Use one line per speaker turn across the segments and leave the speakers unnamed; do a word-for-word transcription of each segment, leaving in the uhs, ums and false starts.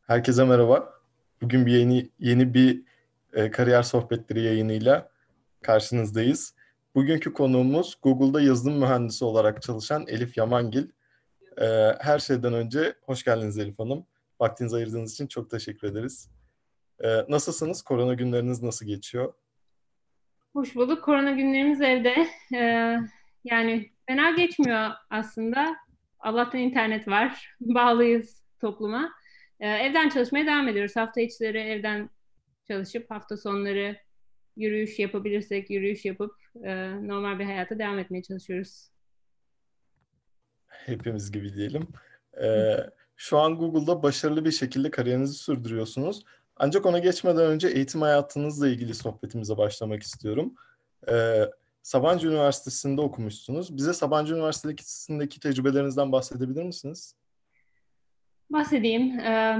Herkese merhaba. Bugün bir yeni yeni bir e, kariyer sohbetleri yayınıyla karşınızdayız. Bugünkü konuğumuz Google'da yazılım mühendisi olarak çalışan Elif Yamangil. E, her şeyden önce hoş geldiniz Elif Hanım. Vaktinizi ayırdığınız için çok teşekkür ederiz. E, nasılsınız? Korona günleriniz nasıl geçiyor?
Hoş bulduk. Korona günlerimiz evde. Ee, yani fena geçmiyor aslında. Allah'tan internet var. Bağlıyız topluma. Ee, evden çalışmaya devam ediyoruz. Hafta içleri evden çalışıp hafta sonları yürüyüş yapabilirsek yürüyüş yapıp e, normal bir hayata devam etmeye çalışıyoruz.
Hepimiz gibi diyelim. E, şu an Google'da başarılı bir şekilde kariyerinizi sürdürüyorsunuz. Ancak ona geçmeden önce eğitim hayatınızla ilgili sohbetimize başlamak istiyorum. Ee, Sabancı Üniversitesi'nde okumuşsunuz. Bize Sabancı Üniversitesi'ndeki tecrübelerinizden bahsedebilir misiniz?
Bahsedeyim. Ee,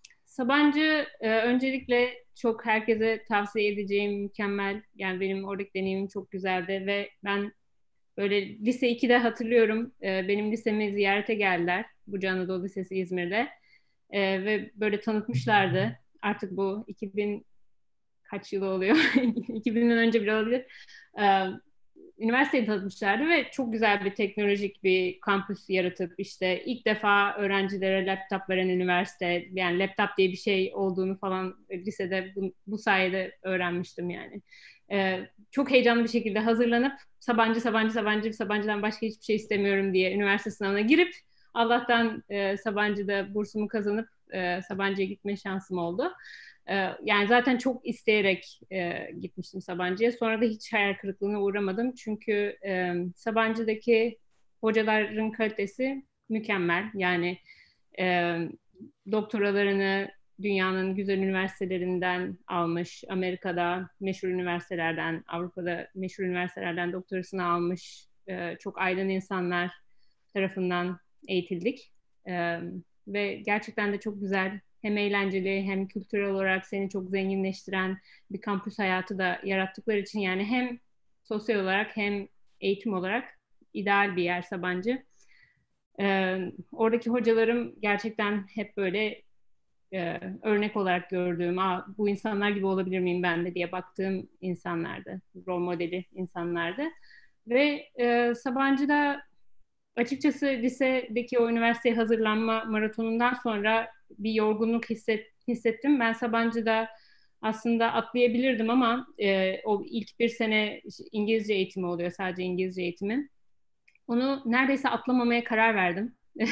Sabancı e, öncelikle çok herkese tavsiye edeceğim mükemmel. Yani benim oradaki deneyimim çok güzeldi ve ben böyle lise ikide hatırlıyorum. E, benim lisemi ziyarete geldiler. Burcu Anadolu Lisesi İzmir'de. E, ve böyle tanıtmışlardı. Artık bu iki bin kaç yılı oluyor? iki binden önce bile olabilir. E, Üniversiteyi tanıtmışlardı ve çok güzel bir teknolojik bir kampüs yaratıp işte ilk defa öğrencilere laptop veren üniversite, yani laptop diye bir şey olduğunu falan lisede bu, bu sayede öğrenmiştim yani. Ee, çok heyecanlı bir şekilde hazırlanıp Sabancı Sabancı Sabancı Sabancı'dan başka hiçbir şey istemiyorum diye üniversite sınavına girip Allah'tan e, Sabancı'da bursumu kazanıp e, Sabancı'ya gitme şansım oldu. Ee, yani zaten çok isteyerek e, gitmiştim Sabancı'ya. Sonra da hiç hayal kırıklığına uğramadım. Çünkü e, Sabancı'daki hocaların kalitesi mükemmel. Yani e, doktoralarını dünyanın güzel üniversitelerinden almış, Amerika'da meşhur üniversitelerden, Avrupa'da meşhur üniversitelerden doktorasını almış e, çok aydın insanlar tarafından eğitildik. E, ve gerçekten de çok güzel, hem eğlenceli hem kültürel olarak seni çok zenginleştiren bir kampüs hayatı da yarattıkları için yani hem sosyal olarak hem eğitim olarak ideal bir yer Sabancı. Ee, oradaki hocalarım gerçekten hep böyle e, örnek olarak gördüğüm, Aa, bu insanlar gibi olabilir miyim ben de diye baktığım insanlardı, rol modeli insanlardı. Ve e, Sabancı'da açıkçası lisedeki o üniversiteye hazırlanma maratonundan sonra bir yorgunluk hisset, hissettim. Ben Sabancı'da aslında atlayabilirdim ama e, o ilk bir sene İngilizce eğitimi oluyor, sadece İngilizce eğitimi. Onu neredeyse atlamamaya karar verdim.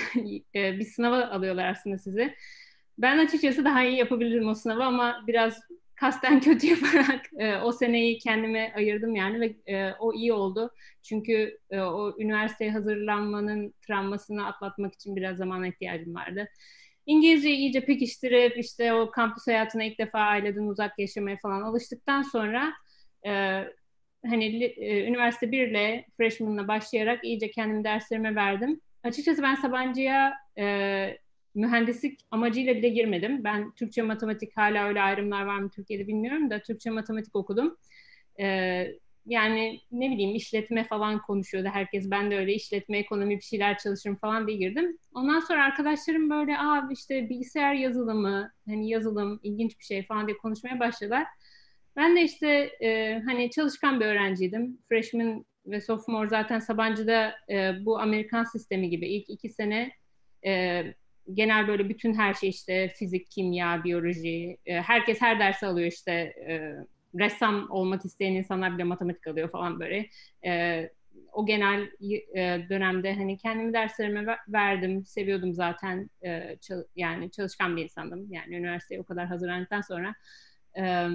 E, bir sınava alıyorlar aslında sizi. Ben açıkçası daha iyi yapabilirim o sınavı ama biraz kasten kötü yaparak e, o seneyi kendime ayırdım yani ve e, o iyi oldu. Çünkü e, o üniversiteye hazırlanmanın travmasını atlatmak için biraz zamana ihtiyacım vardı. İngilizceyi iyice pekiştirip işte o kampüs hayatına ilk defa aileden uzak yaşamaya falan alıştıktan sonra e, hani e, üniversite bir ile freshman'la başlayarak iyice kendimi derslerime verdim. Açıkçası ben Sabancı'ya e, mühendislik amacıyla bile girmedim. Ben Türkçe matematik, hala öyle ayrımlar var mı Türkiye'de bilmiyorum da Türkçe matematik okudum. E, yani ne bileyim işletme falan konuşuyordu herkes. Ben de öyle işletme, ekonomi bir şeyler çalışırım falan diye girdim. Ondan sonra arkadaşlarım böyle aa işte bilgisayar yazılımı, hani yazılım ilginç bir şey falan diye konuşmaya başladılar. Ben de işte e, hani çalışkan bir öğrenciydim. Freshman ve sophomore zaten Sabancı'da e, bu Amerikan sistemi gibi ilk iki sene e, genel böyle bütün her şey işte fizik, kimya, biyoloji, e, herkes her dersi alıyor işte e, ressam olmak isteyen insanlar bile matematik alıyor falan böyle. E, o genel e, dönemde hani kendimi derslerime verdim, seviyordum zaten e, çal- yani çalışkan bir insandım. Yani üniversiteye o kadar hazırlandıktan sonra. E,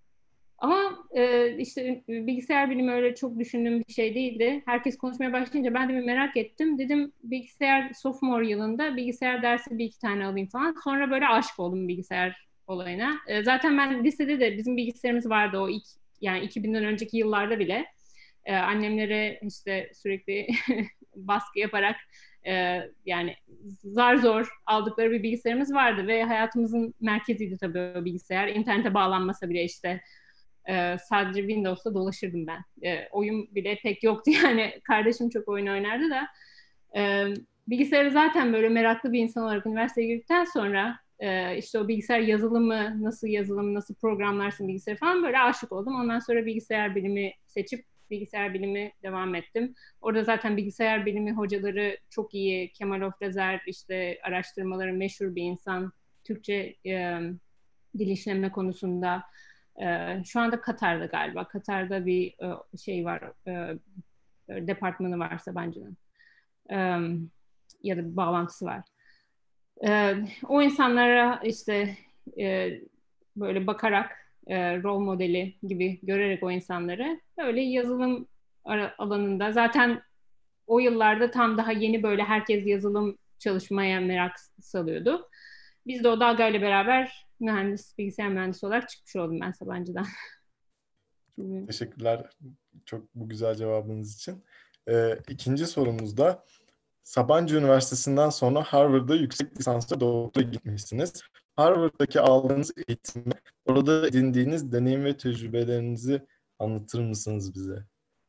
ama e, işte bilgisayar bilimi öyle çok düşündüğüm bir şey değildi. Herkes konuşmaya başlayınca ben de bir merak ettim. Dedim bilgisayar sophomore yılında bilgisayar dersi bir iki tane alayım falan. Sonra böyle aşık oldum bilgisayar olayına. E, zaten ben lisede de bizim bilgisayarımız vardı o ilk yani iki binden önceki yıllarda bile. E, annemlere işte sürekli baskı yaparak e, yani zar zor aldıkları bir bilgisayarımız vardı ve hayatımızın merkeziydi tabii o bilgisayar. İnternete bağlanmasa bile işte ee, sadece Windows'ta dolaşırdım ben. Ee, oyun bile pek yoktu yani. Kardeşim çok oyun oynardı da. Ee, bilgisayarı zaten böyle meraklı bir insan olarak üniversiteye girdikten sonra e, işte o bilgisayar yazılımı, nasıl yazılım, nasıl programlarsın bilgisayarı falan, böyle aşık oldum. Ondan sonra bilgisayar bilimi seçip bilgisayar bilimi devam ettim. Orada zaten bilgisayar bilimi hocaları çok iyi. Kemal Oflezer işte araştırmaları meşhur bir insan. Türkçe e, dil işleme konusunda. E, şu anda Katar'da galiba. Katar'da bir e, şey var, e, departmanı var Sabancı'nın. E, ya da bir bağlantısı var. E, o insanlara işte e, böyle bakarak, e, rol modeli gibi görerek o insanları, öyle yazılım alanında zaten o yıllarda tam daha yeni, böyle herkes yazılım çalışmaya merak salıyordu. Biz de o dalgayla beraber mühendis, bilgisayar mühendisi olarak çıkmış oldum ben Sabancı'dan.
Teşekkürler çok bu güzel cevabınız için. Ee, ikinci sorumuzda Sabancı Üniversitesi'nden sonra Harvard'da yüksek lisans ve doktora gitmişsiniz. Harvard'daki aldığınız eğitimi, orada edindiğiniz deneyim ve tecrübelerinizi anlatır mısınız bize?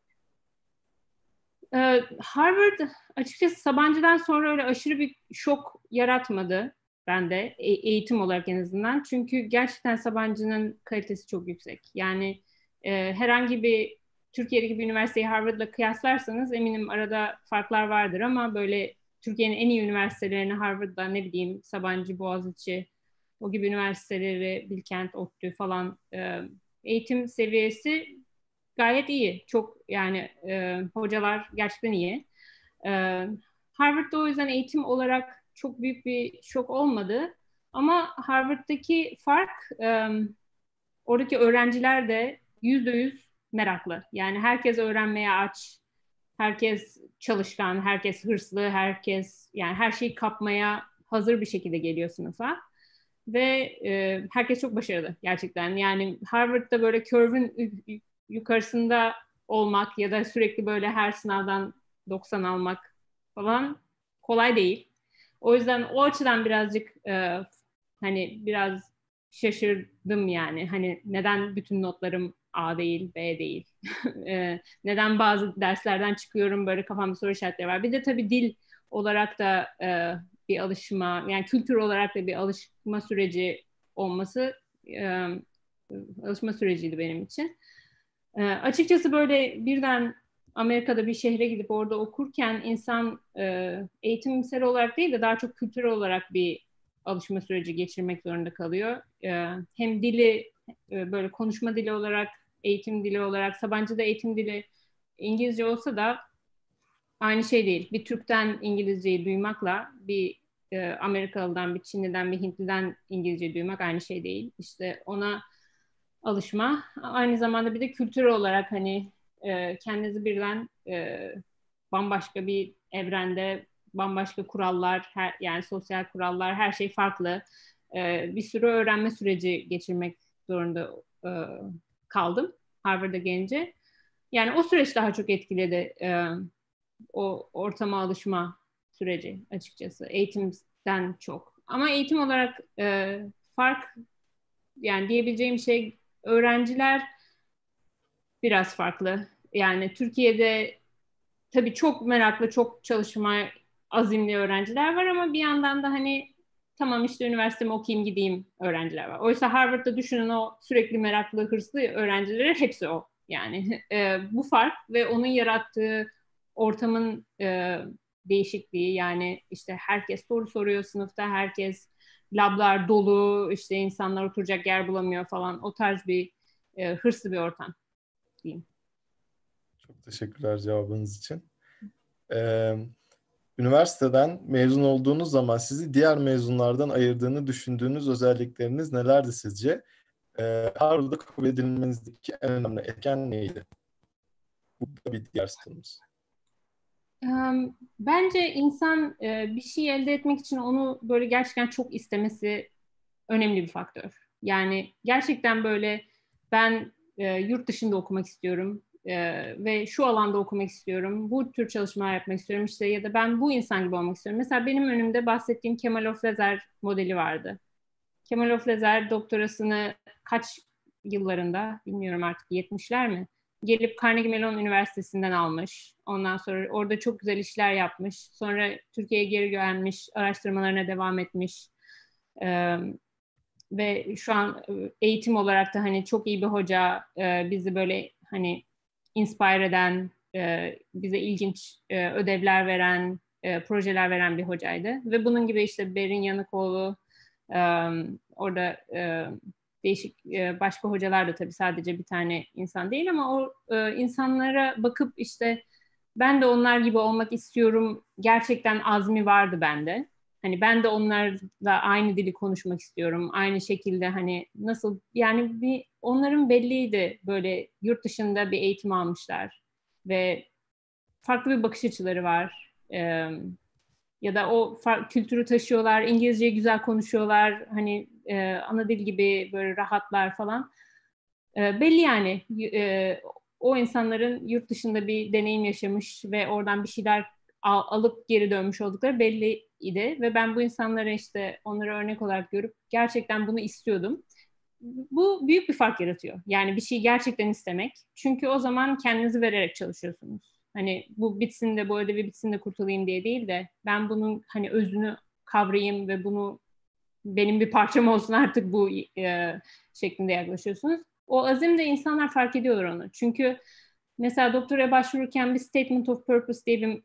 Ee, Harvard açıkçası Sabancı'dan sonra öyle aşırı bir şok yaratmadı bende, e- eğitim olarak en azından. Çünkü gerçekten Sabancı'nın kalitesi çok yüksek. Yani e, herhangi bir Türkiye'deki bir üniversiteyi Harvard'la kıyaslarsanız eminim arada farklar vardır, ama böyle Türkiye'nin en iyi üniversitelerini Harvard'da, ne bileyim Sabancı, Boğaziçi, o gibi üniversiteleri, Bilkent, ODTÜ falan, e, eğitim seviyesi gayet iyi. Çok yani, e, hocalar gerçekten iyi. E, Harvard'da o yüzden eğitim olarak çok büyük bir şok olmadı. Ama Harvard'daki fark, e, oradaki öğrenciler de yüzde yüz meraklı. Yani herkes öğrenmeye aç, herkes çalışkan, herkes hırslı, herkes yani her şeyi kapmaya hazır bir şekilde geliyor sınıfa. Ve e, herkes çok başarılı gerçekten. Yani Harvard'da böyle curve'ün yukarısında olmak ya da sürekli böyle her sınavdan doksan almak falan kolay değil. O yüzden o açıdan birazcık, e, hani biraz şaşırdım yani. Hani neden bütün notlarım A değil, B değil? E, neden bazı derslerden çıkıyorum, böyle kafamda soru işaretleri var. Bir de tabii dil olarak da e, bir alışma, yani kültür olarak da bir alışma süreci olması, e, alışma süreciydi benim için. E, açıkçası böyle birden Amerika'da bir şehre gidip orada okurken insan, e, eğitimsel olarak değil de daha çok kültürel olarak bir alışma süreci geçirmek zorunda kalıyor. E, hem dili, e, böyle konuşma dili olarak, eğitim dili olarak, Sabancı'da eğitim dili İngilizce olsa da aynı şey değil. Bir Türk'ten İngilizceyi duymakla bir e, Amerikalı'dan, bir Çinli'den, bir Hintli'den İngilizce duymak aynı şey değil. İşte ona alışma. Aynı zamanda bir de kültür olarak hani, e, kendinizi birden e, bambaşka bir evrende, bambaşka kurallar, her, yani sosyal kurallar, her şey farklı. E, bir sürü öğrenme süreci geçirmek zorunda e, kaldım Harvard'a gelince. Yani o süreç daha çok etkiledi, e, o ortama alışma süreci açıkçası, eğitimden çok. Ama eğitim olarak e, fark, yani diyebileceğim şey, öğrenciler biraz farklı. Yani Türkiye'de tabii çok meraklı, çok çalışma azimli öğrenciler var, ama bir yandan da hani tamam işte üniversitemi okuyayım gideyim öğrenciler var. Oysa Harvard'da düşünün, o sürekli meraklı, hırslı öğrencileri hepsi o. Yani e, bu fark ve onun yarattığı ortamın e, değişikliği, yani işte herkes soru soruyor sınıfta, herkes, lablar dolu, işte insanlar oturacak yer bulamıyor falan, o tarz bir e, hırslı bir ortam diyeyim.
Çok teşekkürler cevabınız için. Ee, Üniversiteden mezun olduğunuz zaman sizi diğer mezunlardan ayırdığını düşündüğünüz özellikleriniz nelerdi sizce? Ee, Harvard'da kabul edilmenizdeki en önemli etken neydi? Bu da bir diğer sorumuz.
Bence insan e, bir şey elde etmek için onu böyle gerçekten çok istemesi önemli bir faktör. Yani gerçekten böyle ben e, yurt dışında okumak istiyorum e, ve şu alanda okumak istiyorum, bu tür çalışmalar yapmak istiyorum işte, ya da ben bu insan gibi olmak istiyorum. Mesela benim önümde bahsettiğim Kemal Oflezer modeli vardı. Kemal Oflezer doktorasını kaç yıllarında, bilmiyorum artık, yetmişler mi? Gelip Carnegie Mellon Üniversitesi'nden almış. Ondan sonra orada çok güzel işler yapmış. Sonra Türkiye'ye geri gelmiş, araştırmalarına devam etmiş. E, ve şu an eğitim olarak da hani çok iyi bir hoca, e, bizi böyle hani inspire eden, e, bize ilginç e, ödevler veren, e, projeler veren bir hocaydı. Ve bunun gibi işte Berin Yanıkoğlu, e, orada e, değişik e, başka hocalar da tabii, sadece bir tane insan değil, ama o e, insanlara bakıp işte ben de onlar gibi olmak istiyorum, gerçekten azmi vardı bende. Hani ben de onlarla aynı dili konuşmak istiyorum. Aynı şekilde hani nasıl, yani bir onların belliydi, böyle yurt dışında bir eğitim almışlar ve farklı bir bakış açıları var. Ee, ya da o far- kültürü taşıyorlar, İngilizceyi güzel konuşuyorlar. Hani e, ana dil gibi böyle rahatlar falan. E, belli yani, e, o insanların yurt dışında bir deneyim yaşamış ve oradan bir şeyler al- alıp geri dönmüş oldukları belliydi ve ben bu insanları işte onları örnek olarak görüp gerçekten bunu istiyordum. Bu büyük bir fark yaratıyor. Yani bir şeyi gerçekten istemek. Çünkü o zaman kendinizi vererek çalışıyorsunuz. Hani bu bitsin de, bu ödevi bitsin de kurtulayım diye değil de ben bunun hani özünü kavrayayım ve bunu benim bir parçam olsun artık bu e, şeklinde yaklaşıyorsunuz. O azim de insanlar fark ediyorlar onu. Çünkü mesela doktora başvururken bir statement of purpose diye bir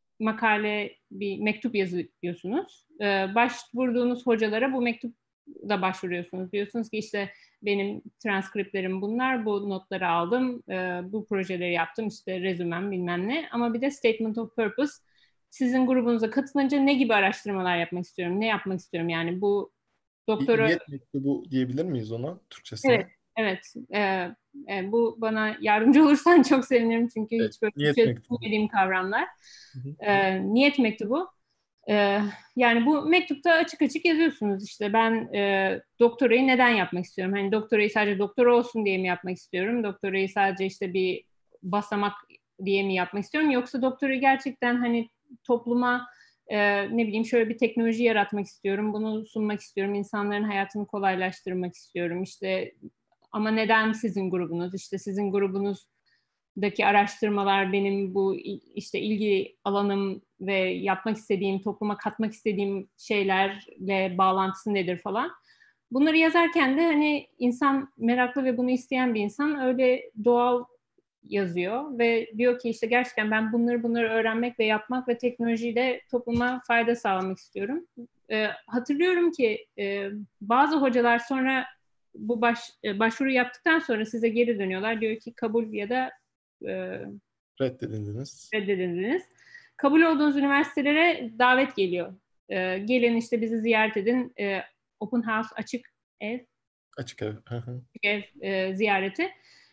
makale, bir mektup yazıyorsunuz. E, başvurduğunuz hocalara bu mektupla başvuruyorsunuz. Diyorsunuz ki işte benim transkriplerim bunlar, bu notları aldım, e, bu projeleri yaptım, işte rezümem bilmem ne. Ama bir de statement of purpose, sizin grubunuza katılınca ne gibi araştırmalar yapmak istiyorum, ne yapmak istiyorum, yani bu
Bir
doktora.
niyet mektubu diyebilir miyiz ona
Evet,
Türkçesine?
evet. Ee, e, bu bana yardımcı olursan çok sevinirim, çünkü
Evet.
hiç böyle
Niyet
Türkçe
mektubu.
bilmediğim kavramlar.
Hı hı.
Ee, niyet mektubu. Ee, yani bu mektupta açık açık yazıyorsunuz işte ben e, doktorayı neden yapmak istiyorum? Hani doktorayı sadece doktora olsun diye mi yapmak istiyorum? Doktorayı sadece işte bir basamak diye mi yapmak istiyorum? Yoksa doktorayı gerçekten hani topluma, e, ne bileyim, şöyle bir teknoloji yaratmak istiyorum. Bunu sunmak istiyorum. İnsanların hayatını kolaylaştırmak istiyorum. İşte ama neden sizin grubunuz? İşte sizin grubunuzdaki araştırmalar benim bu işte ilgi alanım ve yapmak istediğim, topluma katmak istediğim şeylerle bağlantısı nedir falan. Bunları yazarken de hani insan meraklı ve bunu isteyen bir insan öyle doğal yazıyor ve diyor ki işte gerçekten ben bunları bunları öğrenmek ve yapmak ve teknolojiyle topluma fayda sağlamak istiyorum. Ee, hatırlıyorum ki e, bazı hocalar sonra bu baş, e, başvuru yaptıktan sonra size geri dönüyorlar. Diyor ki kabul ya da e,
Reddedildiniz.
reddedildiniz. Kabul olduğunuz üniversitelere davet geliyor. E, gelin işte bizi ziyaret edin. E, open house, açık ev,
Açık ev. Hı hı.
açık ev e, ziyareti.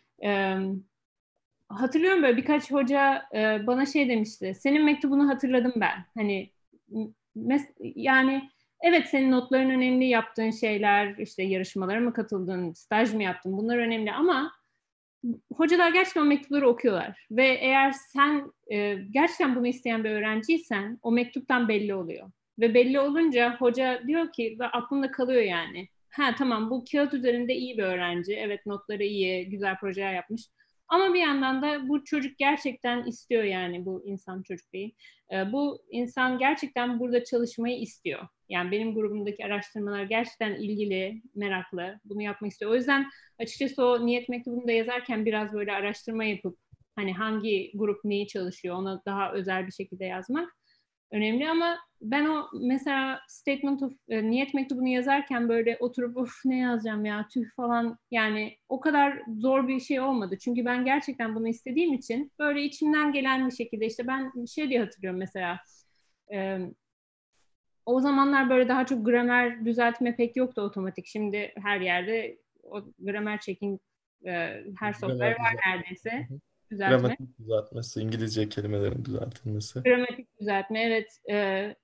E, hatırlıyorum, böyle birkaç hoca e, bana şey demişti. Senin mektubunu hatırladım ben. Hani mes- yani evet, senin notların önemli, yaptığın şeyler, işte yarışmalara mı katıldın, staj mı yaptın, bunlar önemli, ama hocalar gerçekten o mektupları okuyorlar. Ve eğer sen e, gerçekten bunu isteyen bir öğrenciysen o mektuptan belli oluyor. Ve belli olunca hoca diyor ki, ve aklında kalıyor yani. Ha tamam, bu kağıt üzerinde iyi bir öğrenci. Evet, notları iyi, güzel projeler yapmış. Ama bir yandan da bu çocuk gerçekten istiyor, yani bu insan, çocuk değil. E, bu insan gerçekten burada çalışmayı istiyor. Yani benim grubumdaki araştırmalar gerçekten ilgili, meraklı, bunu yapmak istiyor. O yüzden açıkçası o niyet mektubunu da yazarken biraz böyle araştırma yapıp hani hangi grup neyi çalışıyor ona daha özel bir şekilde yazmak önemli. Ama ben o mesela statement of e, niyet mektubunu yazarken böyle oturup of ne yazacağım ya, tüh falan, yani o kadar zor bir şey olmadı. Çünkü ben gerçekten bunu istediğim için böyle içimden gelen bir şekilde, işte ben şey diye hatırlıyorum mesela, e, o zamanlar böyle daha çok gramer düzeltme pek yoktu otomatik. Şimdi her yerde o gramer checking, e, her software
Gramer
var
düzeltmesi.
neredeyse,
Hı hı.
düzeltme.
Gramatik düzeltmesi, İngilizce kelimelerin düzeltilmesi.
Gramatik düzeltme, evet. E,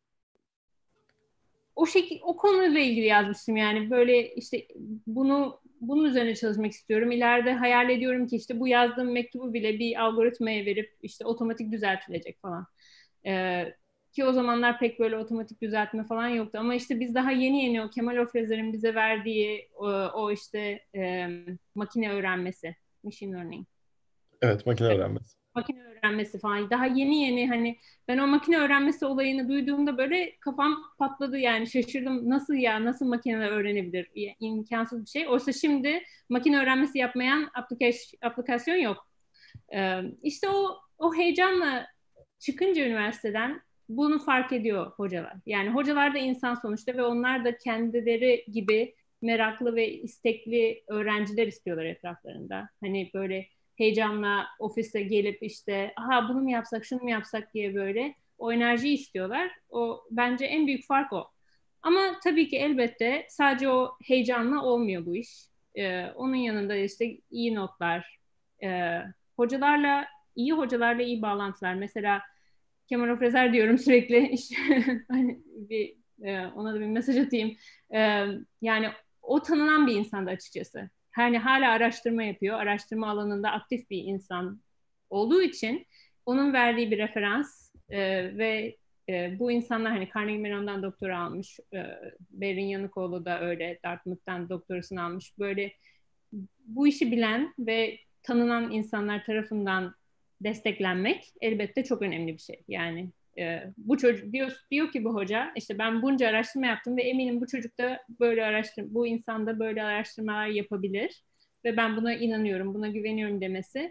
o şekil, o konuyla ilgili yazmıştım, yani böyle işte bunu bunun üzerine çalışmak istiyorum. İleride hayal ediyorum ki işte bu yazdığım mektubu bile bir algoritmaya verip işte otomatik düzeltilecek falan. Ee, ki o zamanlar pek böyle otomatik düzeltme falan yoktu. Ama işte biz daha yeni yeni o Kemal Ofrezer'in bize verdiği o, o işte e, makine öğrenmesi, machine learning.
Evet, makine
Evet,
öğrenmesi.
makine öğrenmesi falan. Daha yeni yeni hani ben o makine öğrenmesi olayını duyduğumda böyle kafam patladı yani şaşırdım. Nasıl ya nasıl makineler öğrenebilir? Ya, imkansız bir şey. Oysa şimdi makine öğrenmesi yapmayan aplikasyon, aplikasyon yok. Ee, işte o o heyecanla çıkınca üniversiteden bunu fark ediyor hocalar. Yani hocalar da insan sonuçta ve onlar da kendileri gibi meraklı ve istekli öğrenciler istiyorlar etraflarında. Hani böyle heyecanla ofise gelip işte aha bunu mu yapsak şunu mu yapsak diye böyle o enerjiyi istiyorlar. O bence en büyük fark o. Ama tabii ki elbette sadece o heyecanla olmuyor bu iş. Ee, onun yanında işte iyi notlar, e, hocalarla iyi hocalarla iyi bağlantılar. Mesela Kemal Ofrezer diyorum sürekli. İşte, hani bir e, ona da bir mesaj atayım. E, yani o tanınan bir insandı açıkçası. Yani hala araştırma yapıyor. Araştırma alanında aktif bir insan olduğu için onun verdiği bir referans e, ve e, bu insanlar hani Carnegie Mellon'dan doktora almış. E, Berin Yanıkoğlu da öyle Dartmouth'tan doktorasını almış. Böyle bu işi bilen ve tanınan insanlar tarafından desteklenmek elbette çok önemli bir şey. Yani e, bu çocuk diyor, diyor ki bu hoca işte ben bunca araştırma yaptım ve eminim bu çocuk da böyle araştırma, bu insan da böyle araştırmalar yapabilir ve ben buna inanıyorum, buna güveniyorum demesi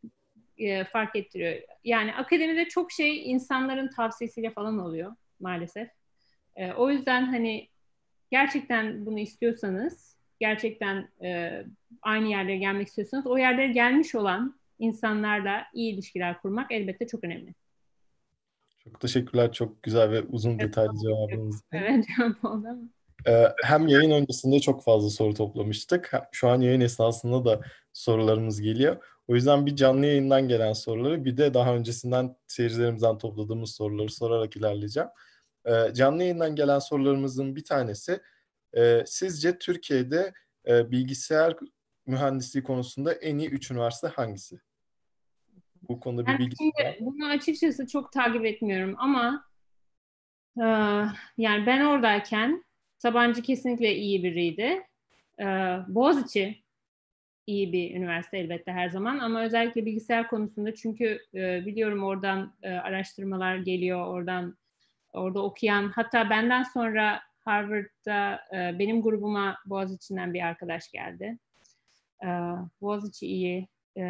e, fark ettiriyor. Yani akademide çok şey insanların tavsiyesiyle falan oluyor maalesef. E, o yüzden hani gerçekten bunu istiyorsanız, gerçekten e, aynı yerlere gelmek istiyorsanız, o yerlere gelmiş olan insanlarla iyi ilişkiler kurmak elbette çok önemli.
Çok teşekkürler. Çok güzel ve uzun
Evet,
detaylı cevabınız için.
evet cevap oldu ama.
Ee, hem yayın öncesinde çok fazla soru toplamıştık. Hem- Şu an yayın esnasında da sorularımız geliyor. O yüzden bir canlı yayından gelen soruları bir de daha öncesinden seyircilerimizden topladığımız soruları sorarak ilerleyeceğim. Ee, canlı yayından gelen sorularımızın bir tanesi, e, sizce Türkiye'de e, bilgisayar mühendisliği konusunda en iyi üç üniversite hangisi? Bu konuda bir
Ben
bilgi var.
şimdi bunu açıkçası çok takip etmiyorum ama e, yani ben oradayken Sabancı kesinlikle iyi biriydi. E, Boğaziçi iyi bir üniversite elbette her zaman ama özellikle bilgisayar konusunda çünkü e, biliyorum oradan e, araştırmalar geliyor, oradan orada okuyan hatta benden sonra Harvard'da e, benim grubuma Boğaziçi'nden bir arkadaş geldi. E, Boğaziçi iyi. E,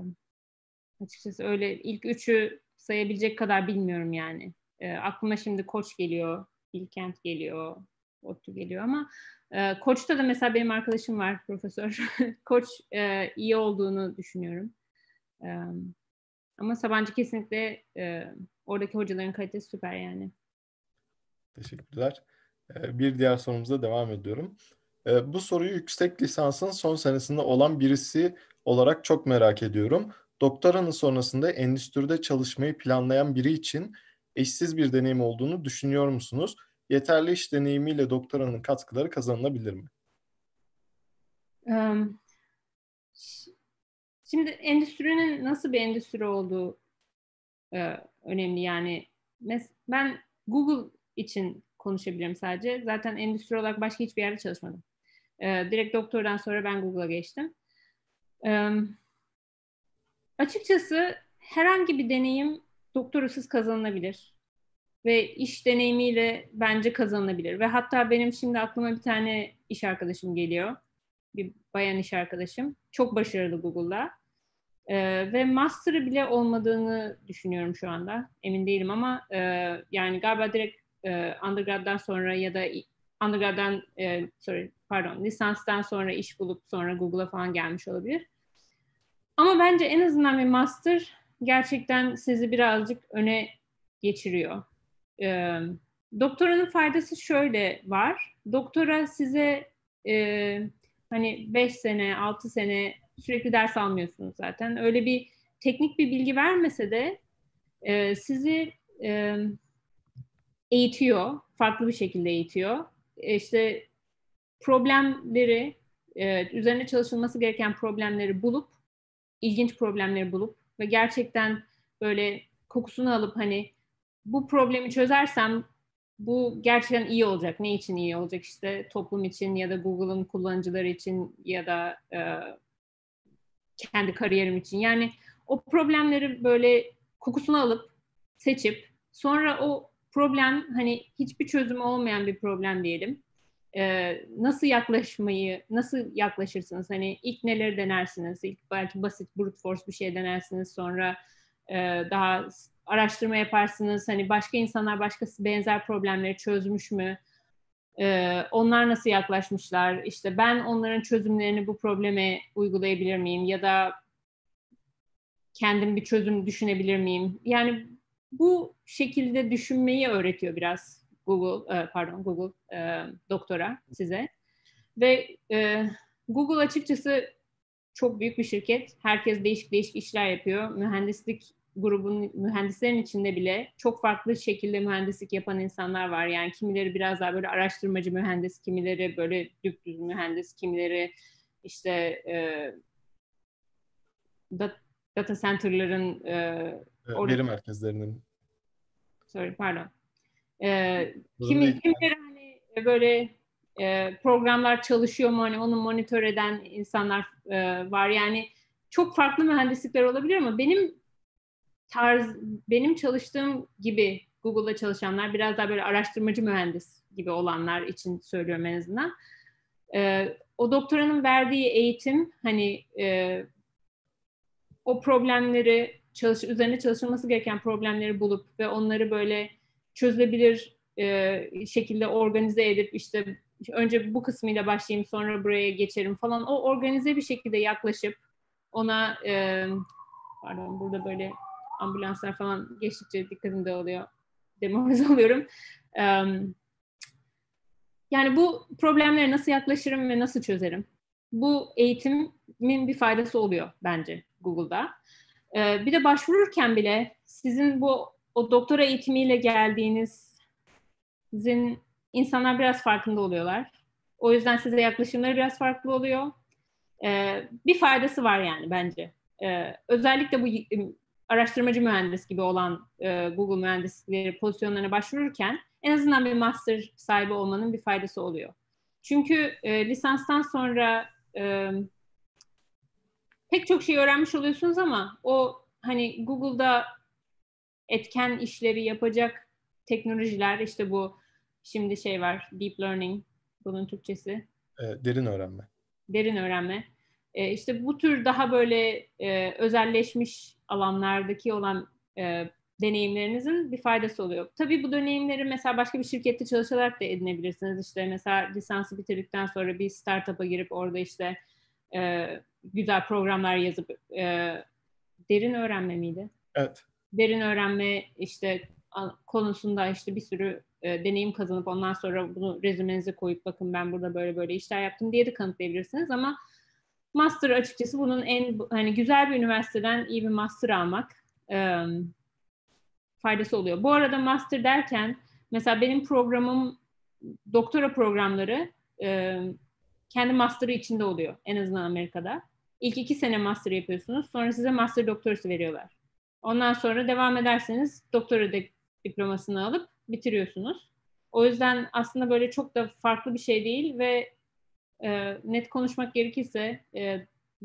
açıkçası öyle ilk üçü sayabilecek kadar bilmiyorum yani. E, aklıma şimdi Koç geliyor, Bilkent geliyor, ODTÜ geliyor ama e, Koç'ta da mesela benim arkadaşım var profesör. Koç e, iyi olduğunu düşünüyorum. E, ama Sabancı kesinlikle e, oradaki hocaların kalitesi süper yani.
Teşekkürler. Ee, Bir diğer sorumuza devam ediyorum. Ee, Bu soruyu yüksek lisansın son senesinde olan birisi olarak çok merak ediyorum. Doktoranın sonrasında endüstride çalışmayı planlayan biri için eşsiz bir deneyim olduğunu düşünüyor musunuz? Yeterli iş deneyimiyle doktoranın katkıları kazanılabilir mi?
E, şimdi endüstrinin nasıl bir endüstri olduğu e, önemli yani. Mes ben Google için konuşabilirim sadece. Zaten endüstri olarak başka hiçbir yerde çalışmadım. E, direkt doktordan sonra ben Google'a geçtim. E, açıkçası herhangi bir deneyim doktorasız kazanılabilir. Ve iş deneyimiyle bence kazanılabilir. Ve hatta benim şimdi aklıma bir tane iş arkadaşım geliyor. Bir bayan iş arkadaşım. Çok başarılı Google'da. Ee, ve master'ı bile olmadığını düşünüyorum şu anda. Emin değilim ama e, yani galiba direkt e, undergrad'dan sonra ya da undergrad'dan e, sorry, pardon lisanstan sonra iş bulup sonra Google'a falan gelmiş olabilir. Ama bence en azından bir master gerçekten sizi birazcık öne geçiriyor. Ee, doktoranın faydası şöyle var. Doktora size e, hani beş sene, altı sene sürekli ders almıyorsunuz zaten. Öyle bir teknik bir bilgi vermese de e, sizi e, eğitiyor. Farklı bir şekilde eğitiyor. E, işte problemleri, e, üzerine çalışılması gereken problemleri bulup, ilginç problemleri bulup ve gerçekten böyle kokusunu alıp hani bu problemi çözersem bu gerçekten iyi olacak. Ne için iyi olacak? İşte toplum için ya da Google'ın kullanıcıları için ya da e, kendi kariyerim için. Yani o problemleri böyle kokusunu alıp seçip sonra o problem hani hiçbir çözümü olmayan bir problem diyelim. Ee, nasıl yaklaşmayı, nasıl yaklaşırsınız? Hani ilk neleri denersiniz? İlk belki basit brute force bir şey denersiniz. Sonra e, daha araştırma yaparsınız. Hani başka insanlar başka benzer problemleri çözmüş mü? Ee, onlar nasıl yaklaşmışlar? İşte ben onların çözümlerini bu probleme uygulayabilir miyim? Ya da kendim bir çözüm düşünebilir miyim? Yani bu şekilde düşünmeyi öğretiyor biraz Google, e, pardon Google e, doktora size. Ve e, Google açıkçası çok büyük bir şirket. Herkes değişik değişik işler yapıyor. Mühendislik grubun, mühendislerin içinde bile çok farklı şekilde mühendislik yapan insanlar var. Yani kimileri biraz daha böyle araştırmacı mühendis, kimileri böyle düpdüz mühendis, kimileri işte e, data center'ların e, orada,
Veri merkezlerinin.
sorry, pardon. E,
Sorun
kimi,
değil.
kimileri hani böyle e, programlar çalışıyor mu hani onu monitör eden insanlar e, var. Yani çok farklı mühendislikler olabilir ama benim tarz, benim çalıştığım gibi Google'da çalışanlar biraz daha böyle araştırmacı mühendis gibi olanlar için söylüyorum en azından. E, o doktoranın verdiği eğitim hani e, o problemleri çalış, üzerine çalışılması gereken problemleri bulup ve onları böyle çözülebilir e, şekilde organize edip işte önce bu kısmıyla başlayayım sonra buraya geçerim falan o organize bir şekilde yaklaşıp ona e, pardon burada böyle ambulanslar falan geçtikçe dikkatim dağılıyor. Demoralize oluyorum. Um, yani bu problemlere nasıl yaklaşırım ve nasıl çözerim? Bu eğitimin bir faydası oluyor bence Google'da. Ee, bir de başvururken bile sizin bu o doktora eğitimiyle geldiğinizin insanlar biraz farkında oluyorlar. O yüzden size yaklaşımları biraz farklı oluyor. Ee, bir faydası var yani bence. Ee, özellikle bu araştırmacı mühendis gibi olan e, Google mühendisleri pozisyonlarına başvururken en azından bir master sahibi olmanın bir faydası oluyor. Çünkü e, lisanstan sonra e, pek çok şey öğrenmiş oluyorsunuz ama o hani Google'da etken işleri yapacak teknolojiler işte bu şimdi şey var deep learning bunun Türkçesi
E, derin öğrenme.
derin öğrenme. E, işte bu tür daha böyle e, özelleşmiş alanlardaki olan e, deneyimlerinizin bir faydası oluyor. Tabii bu deneyimleri mesela başka bir şirkette çalışarak da edinebilirsiniz. İşte mesela lisansı bitirdikten sonra bir startup'a girip orada işte e, güzel programlar yazıp e, derin öğrenme miydi?
Evet.
Derin öğrenme işte konusunda işte bir sürü e, deneyim kazanıp ondan sonra bunu rezümenize koyup bakın ben burada böyle böyle işler yaptım diye de kanıtlayabilirsiniz ama master açıkçası bunun en hani güzel bir üniversiteden iyi bir master almak e, faydası oluyor. Bu arada master derken mesela benim programım doktora programları e, kendi master'ı içinde oluyor en azından Amerika'da. İlk iki sene master yapıyorsunuz sonra size master doktorası veriyorlar. Ondan sonra devam ederseniz doktora de, diplomasını alıp bitiriyorsunuz. O yüzden aslında böyle çok da farklı bir şey değil ve e, net konuşmak gerekirse e,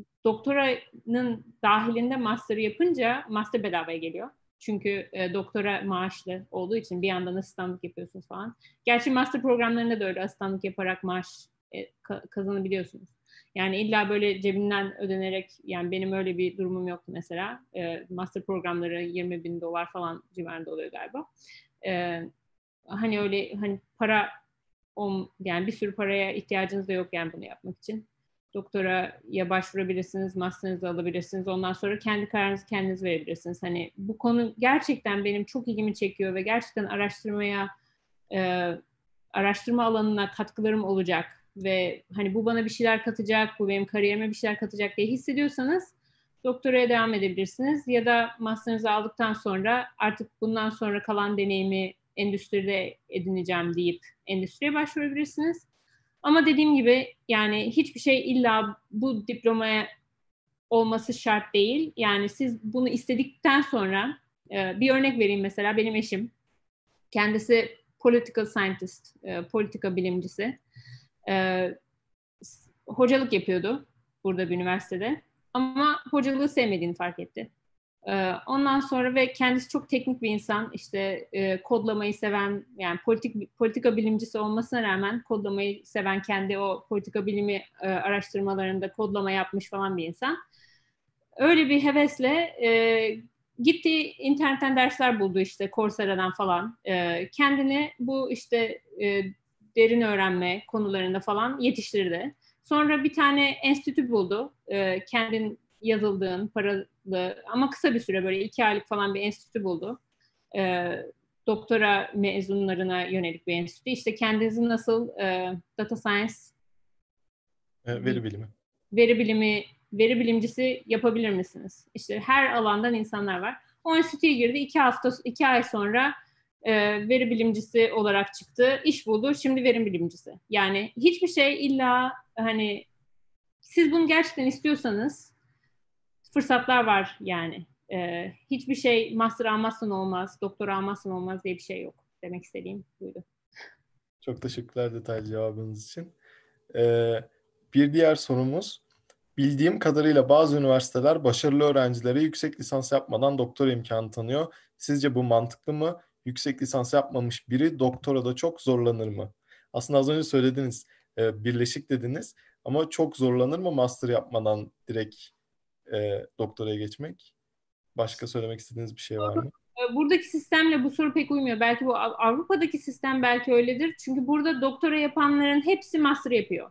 doktoranın dahilinde master yapınca master bedavaya geliyor. Çünkü e, doktora maaşlı olduğu için bir yandan asistanlık yapıyorsunuz falan. Gerçi master programlarında da öyle asistanlık yaparak maaş e, ka- kazanabiliyorsunuz. Yani illa böyle cebinden ödenerek yani benim öyle bir durumum yoktu mesela. E, master programları yirmi bin dolar falan civarında oluyor galiba. E, hani öyle hani para on, yani bir sürü paraya ihtiyacınız da yok yani bunu yapmak için. Doktoraya başvurabilirsiniz, master'ınızı alabilirsiniz. Ondan sonra kendi kararınızı kendiniz verebilirsiniz. Hani bu konu gerçekten benim çok ilgimi çekiyor ve gerçekten araştırmaya, e, araştırma alanına katkılarım olacak ve hani bu bana bir şeyler katacak, bu benim kariyerime bir şeyler katacak diye hissediyorsanız doktoraya devam edebilirsiniz ya da master'ınızı aldıktan sonra artık bundan sonra kalan deneyimi endüstride edineceğim deyip endüstriye başvurabilirsiniz. Ama dediğim gibi yani hiçbir şey illa bu diplomaya olması şart değil. Yani siz bunu istedikten sonra e, bir örnek vereyim mesela benim eşim. Kendisi political scientist, e, politika bilimcisi. E, hocalık yapıyordu burada bir üniversitede. Ama hocalığı sevmediğini fark etti. Ee, ondan sonra ve kendisi çok teknik bir insan. İşte e, kodlamayı seven, yani politik politika bilimcisi olmasına rağmen kodlamayı seven, kendi o politika bilimi e, araştırmalarında kodlama yapmış falan bir insan. Öyle bir hevesle e, gitti, internetten dersler buldu, işte Coursera'dan falan. E, kendini bu işte e, derin öğrenme konularında falan yetiştirdi. Sonra bir tane enstitü buldu. E, kendin yazıldığın, paralı ama kısa bir süre, böyle iki aylık falan bir enstitü buldu. E, doktora mezunlarına yönelik bir enstitü. İşte kendinizi nasıl e, data science,
E, veri bilimi.
veri bilimi, veri bilimcisi yapabilir misiniz? İşte her alandan insanlar var. O enstitüye girdi. iki hafta, iki ay sonra e, veri bilimcisi olarak çıktı. İş buldu. Şimdi veri bilimcisi. Yani hiçbir şey illa, hani siz bunu gerçekten istiyorsanız fırsatlar var yani. E, hiçbir şey master almazsan olmaz, doktor almazsan olmaz diye bir şey yok. Demek istediğim buydu.
Çok teşekkürler detaylı cevabınız için. Ee, bir diğer sorumuz, bildiğim kadarıyla bazı üniversiteler başarılı öğrencilere yüksek lisans yapmadan doktora imkanı tanıyor. Sizce bu mantıklı mı? Yüksek lisans yapmamış biri doktorada çok zorlanır mı? Aslında az önce söylediniz, e, birleşik dediniz ama çok zorlanır mı master yapmadan direkt e, doktoraya geçmek? Başka söylemek istediğiniz bir şey var mı?
Buradaki sistemle bu soru pek uymuyor. Belki bu Avrupa'daki sistem belki öyledir. Çünkü burada doktora yapanların hepsi master yapıyor.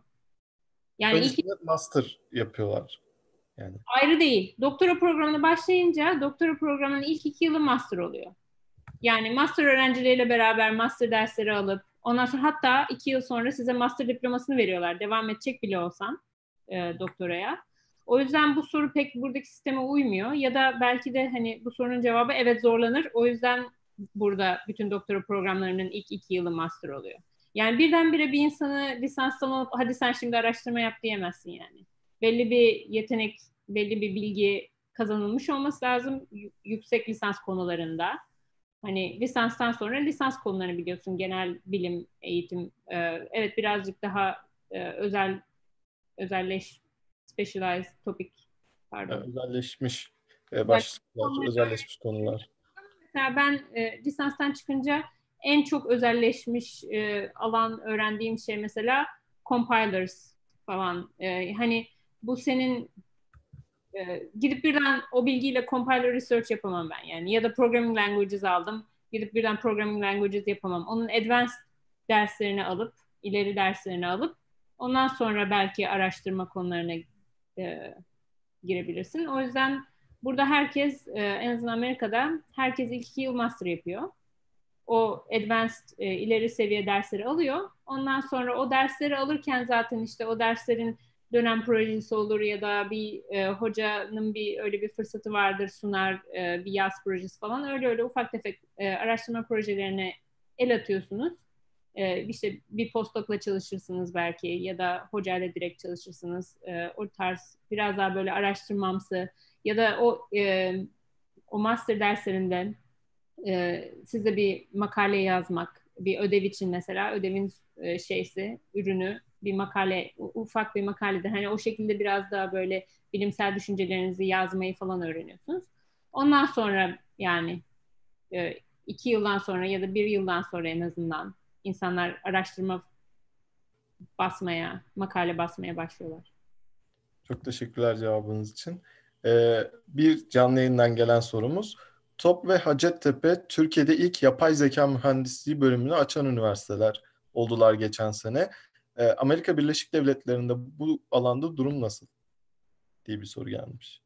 Yani ilk
Öncesinde master yapıyorlar yani.
ayrı değil. Doktora programına başlayınca doktora programının ilk iki yılı master oluyor. Yani master öğrencileriyle beraber master dersleri alıp ondan sonra hatta iki yıl sonra size master diplomasını veriyorlar. Devam edecek bile olsan e, doktoraya. O yüzden bu soru pek buradaki sisteme uymuyor. Ya da belki de hani bu sorunun cevabı evet, zorlanır. O yüzden burada bütün doktora programlarının ilk iki yılı master oluyor. Yani birdenbire bir insanı lisanstan alıp hadi sen şimdi araştırma yap diyemezsin yani. Belli bir yetenek, belli bir bilgi kazanılmış olması lazım yüksek lisans konularında. Hani lisanstan sonra lisans konularını biliyorsun. Genel bilim, eğitim. E, evet, birazcık daha e, özel, özelleş, specialized topic,
E,
pardon.
özelleşmiş e,
Özel
başlıklar,
konuları-
özelleşmiş konular.
Mesela ben e, lisanstan çıkınca en çok özelleşmiş e, alan öğrendiğim şey mesela compilers falan. E, hani bu senin e, gidip birden o bilgiyle compiler research yapamam ben yani. Ya da programming languages aldım. Gidip birden programming languages yapamam. Onun advanced derslerini alıp, ileri derslerini alıp ondan sonra belki araştırma konularına e, girebilirsin. O yüzden burada herkes, e, en azından Amerika'da herkes ilk iki yıl master yapıyor. O advanced, e, ileri seviye dersleri alıyor. Ondan sonra o dersleri alırken zaten işte o derslerin dönem projesi olur ya da bir e, hocanın bir öyle bir fırsatı vardır, sunar e, bir yaz projesi falan, öyle öyle ufak tefek e, araştırma projelerine el atıyorsunuz. E, işte bir postdoc'la çalışırsınız belki ya da hocayla direkt çalışırsınız. E, o tarz biraz daha böyle araştırmamsı ya da o e, o master derslerinden e, size bir makale yazmak, bir ödev için mesela ödevin e, şeysi, ürünü bir makale, ufak bir makalede hani o şekilde biraz daha böyle bilimsel düşüncelerinizi yazmayı falan öğreniyorsunuz. Ondan sonra yani e, iki yıldan sonra ya da bir yıldan sonra en azından insanlar araştırma basmaya, makale basmaya başlıyorlar.
Çok teşekkürler cevabınız için. Ee, bir canlı yayından gelen sorumuz. TOP ve Hacettepe Türkiye'de ilk yapay zeka mühendisliği bölümünü açan üniversiteler oldular geçen sene. Ee, Amerika Birleşik Devletleri'nde bu alanda durum nasıl diye bir soru gelmiş.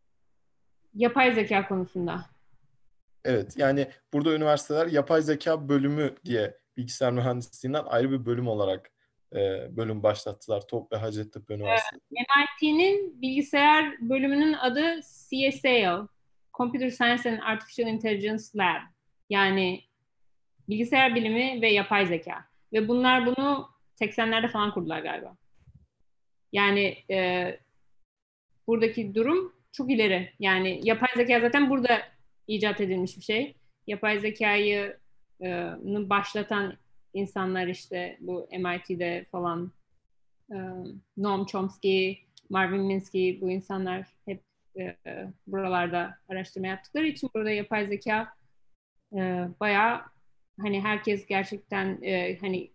Yapay zeka konusunda.
Evet, yani burada üniversiteler yapay zeka bölümü diye bilgisayar mühendisliğinden ayrı bir bölüm olarak e, bölüm başlattılar TOP ve Hacettepe Üniversitesi.
M I T'nin bilgisayar bölümünün adı C S A L, Computer Science and Artificial Intelligence Lab. Yani bilgisayar bilimi ve yapay zeka. Ve bunlar bunu seksenlerde falan kurdular galiba. Yani e, buradaki durum çok ileri. Yani yapay zeka zaten burada icat edilmiş bir şey. Yapay zekayı e, başlatan insanlar işte bu M I T'de falan, e, Noam Chomsky, Marvin Minsky, bu insanlar hep e, buralarda araştırma yaptıkları için burada yapay zeka e, bayağı hani herkes gerçekten e, hani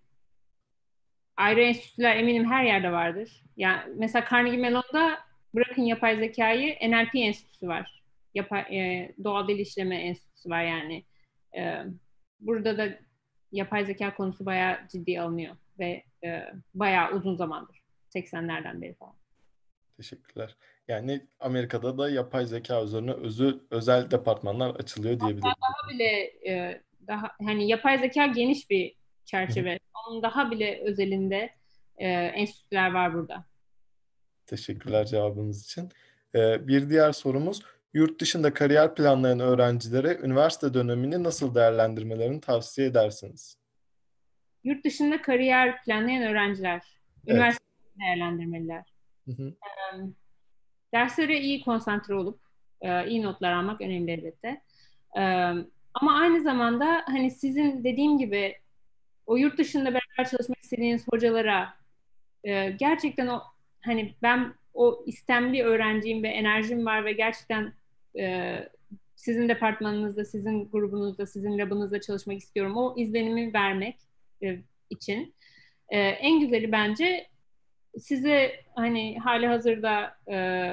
ayrı enstitüler eminim her yerde vardır. Yani mesela Carnegie Mellon'da bırakın yapay zekayı N L P enstitüsü var. Yapay, e, doğal dil işleme enstitüsü var yani. E, burada da yapay zeka konusu bayağı ciddi alınıyor ve e, bayağı uzun zamandır. seksenlerden beri falan.
Teşekkürler. Yani Amerika'da da yapay zeka üzerine özü, özel departmanlar açılıyor diyebilirim.
Daha bile e, daha hani yapay zeka geniş bir
Hı hı.
çerçeve. Onun daha bile özelinde e, enstitüler var burada.
Teşekkürler cevabınız için. Ee, bir diğer sorumuz, yurt dışında kariyer planlayan öğrencilere üniversite dönemini nasıl değerlendirmelerini tavsiye edersiniz?
Yurt dışında kariyer planlayan öğrenciler
Evet.
üniversite değerlendirmeliler.
Hı hı.
Derslere iyi konsantre olup e, iyi notlar almak önemli elbette. E, ama aynı zamanda hani sizin dediğim gibi o yurt dışında beraber çalışmak istediğiniz hocalara e, gerçekten o hani ben o istemli öğrenciyim ve enerjim var ve gerçekten e, sizin departmanınızda, sizin grubunuzda, sizin labınızda çalışmak istiyorum. O izlenimi vermek e, için e, en güzeli bence size hani hali hazırda e,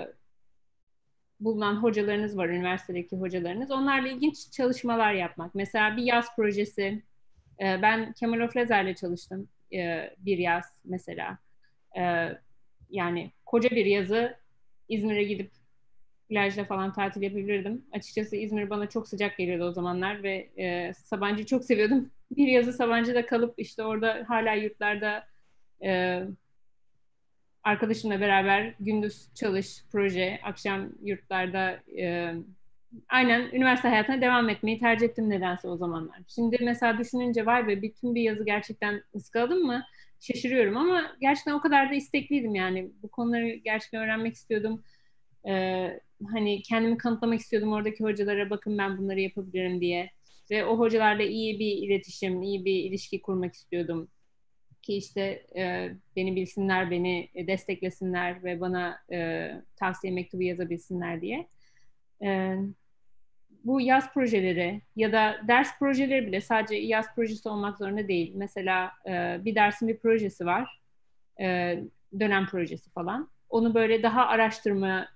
bulunan hocalarınız var, üniversitedeki hocalarınız. Onlarla ilginç çalışmalar yapmak. Mesela bir yaz projesi. E, ben Kemal Oflazer'le çalıştım e, bir yaz mesela. E, yani koca bir yazı İzmir'e gidip plajda falan tatil yapabilirdim. Açıkçası İzmir bana çok sıcak geliyordu o zamanlar ve e, Sabancı'yı çok seviyordum. Bir yazı Sabancı'da kalıp işte orada hala yurtlarda e, arkadaşımla beraber gündüz çalış, proje, akşam yurtlarda e, aynen üniversite hayatına devam etmeyi tercih ettim nedense o zamanlar. Şimdi mesela düşününce vay be bütün bir yazı gerçekten ıskaladım mı şaşırıyorum ama gerçekten o kadar da istekliydim yani. Bu konuları gerçekten öğrenmek istiyordum. Ee, hani kendimi kanıtlamak istiyordum oradaki hocalara bakın ben bunları yapabilirim diye. Ve o hocalarla iyi bir iletişim, iyi bir ilişki kurmak istiyordum ki işte e, beni bilsinler, beni desteklesinler ve bana e, tavsiye mektubu yazabilsinler diye. E, bu yaz projeleri ya da ders projeleri bile sadece yaz projesi olmak zorunda değil. Mesela e, bir dersin bir projesi var, e, dönem projesi falan. Onu böyle daha araştırma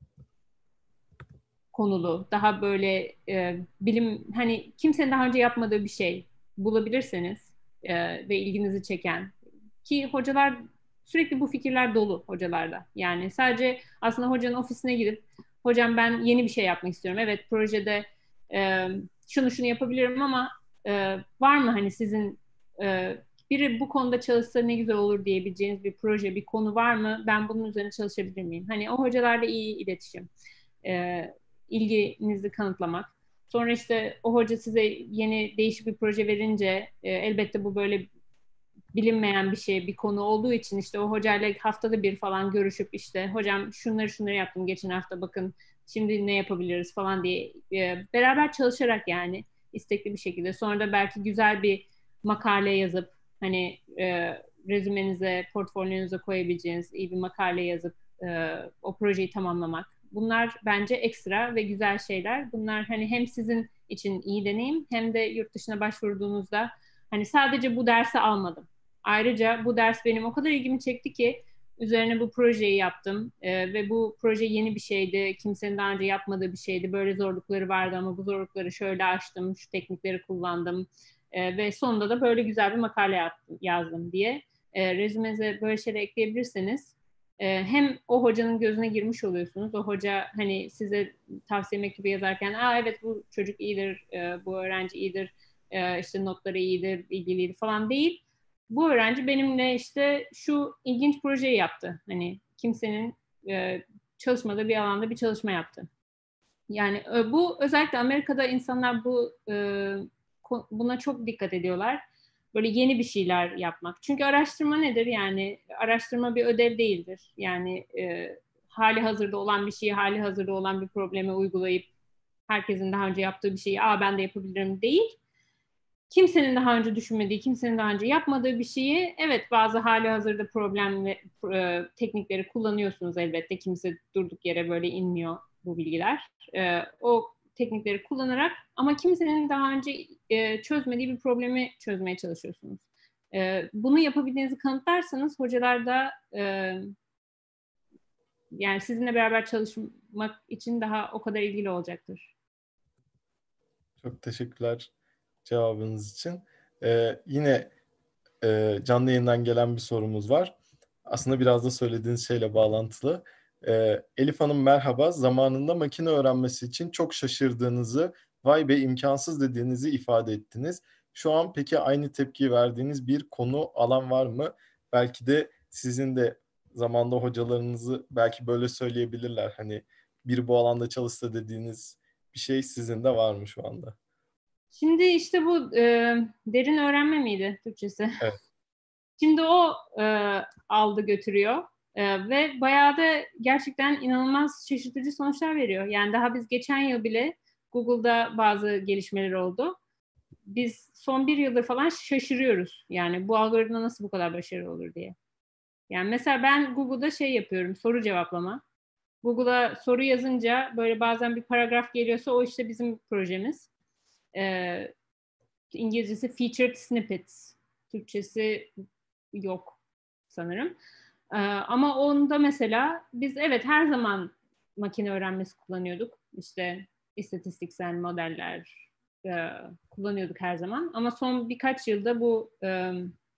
konulu, daha böyle e, bilim hani kimsenin daha önce yapmadığı bir şey bulabilirseniz e, ve ilginizi çeken ki hocalar sürekli bu fikirler dolu hocalarda. Yani sadece aslında hocanın ofisine gidip hocam ben yeni bir şey yapmak istiyorum. Evet projede e, şunu şunu yapabilirim ama e, var mı hani sizin e, biri bu konuda çalışsa ne güzel olur diyebileceğiniz bir proje, bir konu var mı? Ben bunun üzerine çalışabilir miyim? Hani o hocalarla iyi iletişim. E, ilginizi kanıtlamak. Sonra işte o hoca size yeni değişik bir proje verince e, elbette bu böyle bilinmeyen bir şey, bir konu olduğu için işte o hocayla haftada bir falan görüşüp işte hocam şunları şunları yaptım geçen hafta bakın şimdi ne yapabiliriz falan diye e, beraber çalışarak yani istekli bir şekilde. Sonra da belki güzel bir makale yazıp hani e, rezümenize, portfolyonuza koyabileceğiniz iyi bir makale yazıp e, o projeyi tamamlamak. Bunlar bence ekstra ve güzel şeyler. Bunlar hani hem sizin için iyi deneyim hem de yurt dışına başvurduğunuzda hani sadece bu dersi almadım. Ayrıca bu ders benim o kadar ilgimi çekti ki üzerine bu projeyi yaptım Ee, ve bu proje yeni bir şeydi. Kimsenin daha önce yapmadığı bir şeydi. Böyle zorlukları vardı ama bu zorlukları şöyle aştım, şu teknikleri kullandım Ee, ve sonunda da böyle güzel bir makale yaptım, yazdım diye. Ee, rezümenize böyle şeyler ekleyebilirseniz e, hem o hocanın gözüne girmiş oluyorsunuz. O hoca hani size tavsiye mektubu yazarken, aa evet bu çocuk iyidir, e, bu öğrenci iyidir, e, işte notları iyidir, ilgiliydi falan değil. Bu öğrenci benimle işte şu ilginç projeyi yaptı. Hani kimsenin e, çalışmadığı bir alanda bir çalışma yaptı. Yani e, bu özellikle Amerika'da insanlar bu e, buna çok dikkat ediyorlar. Böyle yeni bir şeyler yapmak. Çünkü araştırma nedir? Yani araştırma bir ödev değildir. Yani e, hali hazırda olan bir şeyi hali hazırda olan bir probleme uygulayıp herkesin daha önce yaptığı bir şeyi aa ben de yapabilirim değil. Kimsenin daha önce düşünmediği, kimsenin daha önce yapmadığı bir şeyi evet bazı hali hazırda problem ve e, teknikleri kullanıyorsunuz elbette. Kimse durduk yere böyle inmiyor bu bilgiler. E, o teknikleri kullanarak ama kimsenin daha önce e, çözmediği bir problemi çözmeye çalışıyorsunuz. E, bunu yapabildiğinizi kanıtlarsanız hocalar da e, yani sizinle beraber çalışmak için daha o kadar ilgili olacaktır.
Çok teşekkürler cevabınız için. Ee, yine e, canlı yayından gelen bir sorumuz var. Aslında biraz da söylediğiniz şeyle bağlantılı. Ee, Elif Hanım merhaba. Zamanında makine öğrenmesi için çok şaşırdığınızı, vay be imkansız dediğinizi ifade ettiniz. Şu an peki aynı tepkiyi verdiğiniz bir konu, alan var mı? Belki de sizin de zamanda hocalarınızı belki böyle söyleyebilirler. Hani bir bu alanda çalışsa dediğiniz bir şey sizin de var mı şu anda?
Şimdi işte bu e, derin öğrenme miydi Türkçesi?
Evet.
Şimdi o e, aldı götürüyor e, ve bayağı da gerçekten inanılmaz şaşırtıcı sonuçlar veriyor. Yani daha biz geçen yıl bile Google'da bazı gelişmeler oldu. Biz son bir yıldır falan şaşırıyoruz. Yani bu algoritma nasıl bu kadar başarılı olur diye. Yani mesela ben Google'da şey yapıyorum, soru cevaplama. Google'a soru yazınca böyle bazen bir paragraf geliyorsa o işte bizim projemiz. Ee, İngilizcesi featured snippets. Türkçesi yok sanırım. Ee, ama onda mesela biz evet her zaman makine öğrenmesi kullanıyorduk. İşte istatistiksel modeller e, kullanıyorduk her zaman. Ama son birkaç yılda bu e,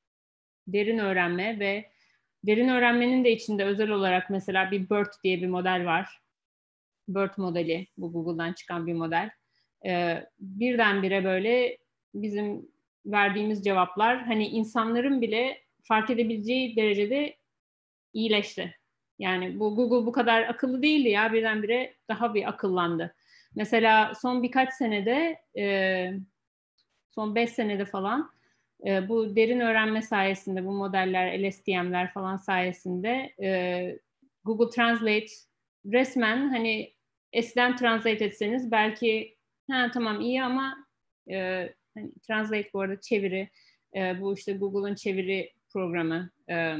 derin öğrenme ve derin öğrenmenin de içinde özel olarak mesela bir BERT diye bir model var. BERT modeli, bu Google'dan çıkan bir model. Ee, birdenbire böyle bizim verdiğimiz cevaplar hani insanların bile fark edebileceği derecede iyileşti. Yani bu Google bu kadar akıllı değildi ya, birdenbire daha bir akıllandı. Mesela son birkaç senede, e, son beş senede falan e, bu derin öğrenme sayesinde, bu modeller, L S T M'ler falan sayesinde e, Google Translate resmen hani eskiden translate etseniz belki ha tamam iyi ama e, hani translate bu arada çeviri, e, bu işte Google'ın çeviri programı e,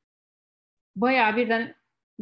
bayağı birden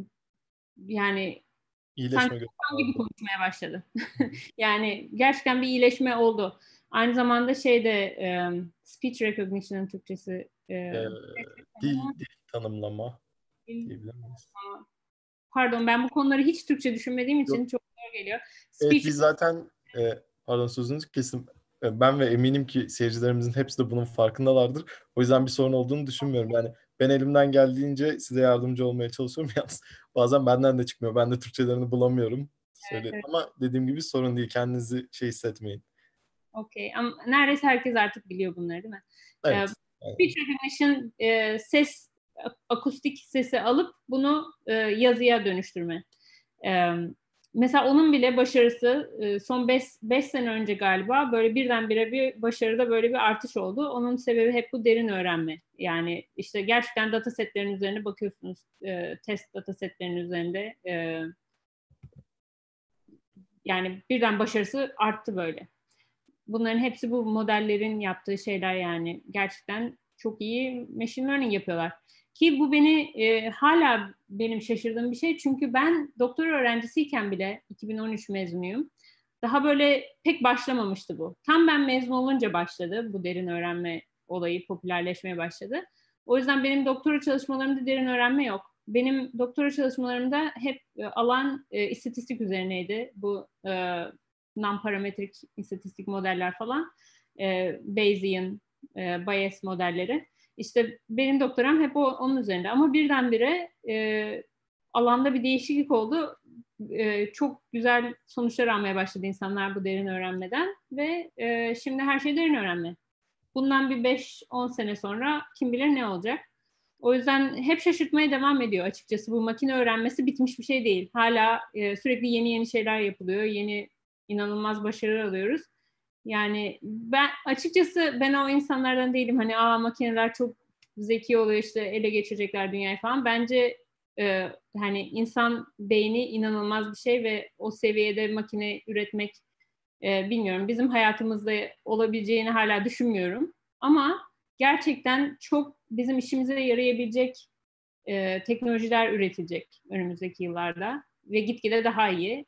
yani sanki
İyileşme
insan gibi
gösterdi.
konuşmaya başladı. Yani gerçekten bir iyileşme oldu. Aynı zamanda şeyde um, speech recognition'ın Türkçesi
Ee,
e,
dil, dil tanımlama diyebilir miyiz?
pardon, ben bu konuları hiç Türkçe düşünmediğim
Yok.
için çok zor geliyor.
Evet
Speech
biz zaten e, pardon sözünüzü kesim. E, ben ve eminim ki seyircilerimizin hepsi de bunun farkındalardır. O yüzden bir sorun olduğunu düşünmüyorum. Yani ben elimden geldiğince size yardımcı olmaya çalışıyorum. Yalnız bazen benden de çıkmıyor. Ben de Türkçelerini bulamıyorum. Söyle.
evet,
Ama dediğim gibi sorun değil. Kendinizi şey hissetmeyin.
okey. Ama neredeyse herkes artık biliyor bunları, değil mi? E,
Evet. Yani
speech recognition e, ses akustik sesi alıp bunu e, yazıya dönüştürme. Ee, mesela onun bile başarısı e, son beş sene önce galiba böyle birdenbire bir başarıda böyle bir artış oldu. Onun sebebi hep bu derin öğrenme. Yani işte gerçekten data setlerin üzerine bakıyorsunuz. E, test data setlerin üzerinde e, yani birden başarısı arttı böyle. Bunların hepsi bu modellerin yaptığı şeyler yani. Gerçekten çok iyi machine learning yapıyorlar. Ki bu beni e, hala benim şaşırdığım bir şey. Çünkü ben doktor öğrencisiyken bile iki bin on üç mezunuyum. Daha böyle pek başlamamıştı bu. Tam ben mezun olunca başladı bu derin öğrenme olayı, popülerleşmeye başladı. O yüzden benim doktora çalışmalarımda derin öğrenme yok. Benim doktora çalışmalarımda hep e, alan e, istatistik üzerineydi. Bu e, non-parametrik istatistik modeller falan. E, Bayesian, e, bias modelleri. İşte benim doktoram hep o, onun üzerinde. Ama birdenbire e, alanda bir değişiklik oldu. E, çok güzel sonuçlar almaya başladı insanlar bu derin öğrenmeden ve e, şimdi her şey derin öğrenme. Bundan bir beş on sene sonra kim bilir ne olacak. O yüzden hep şaşırtmaya devam ediyor açıkçası. Bu makine öğrenmesi bitmiş bir şey değil. Hala e, sürekli yeni yeni şeyler yapılıyor. Yeni inanılmaz başarı alıyoruz. Yani ben açıkçası ben o insanlardan değilim. Hani aa makineler çok zeki oluyor işte ele geçirecekler dünyayı falan. Bence e, hani insan beyni inanılmaz bir şey ve o seviyede makine üretmek e, bilmiyorum. Bizim hayatımızda olabileceğini hala düşünmüyorum. Ama gerçekten çok bizim işimize yarayabilecek e, teknolojiler üretilecek önümüzdeki yıllarda ve gitgide daha iyi.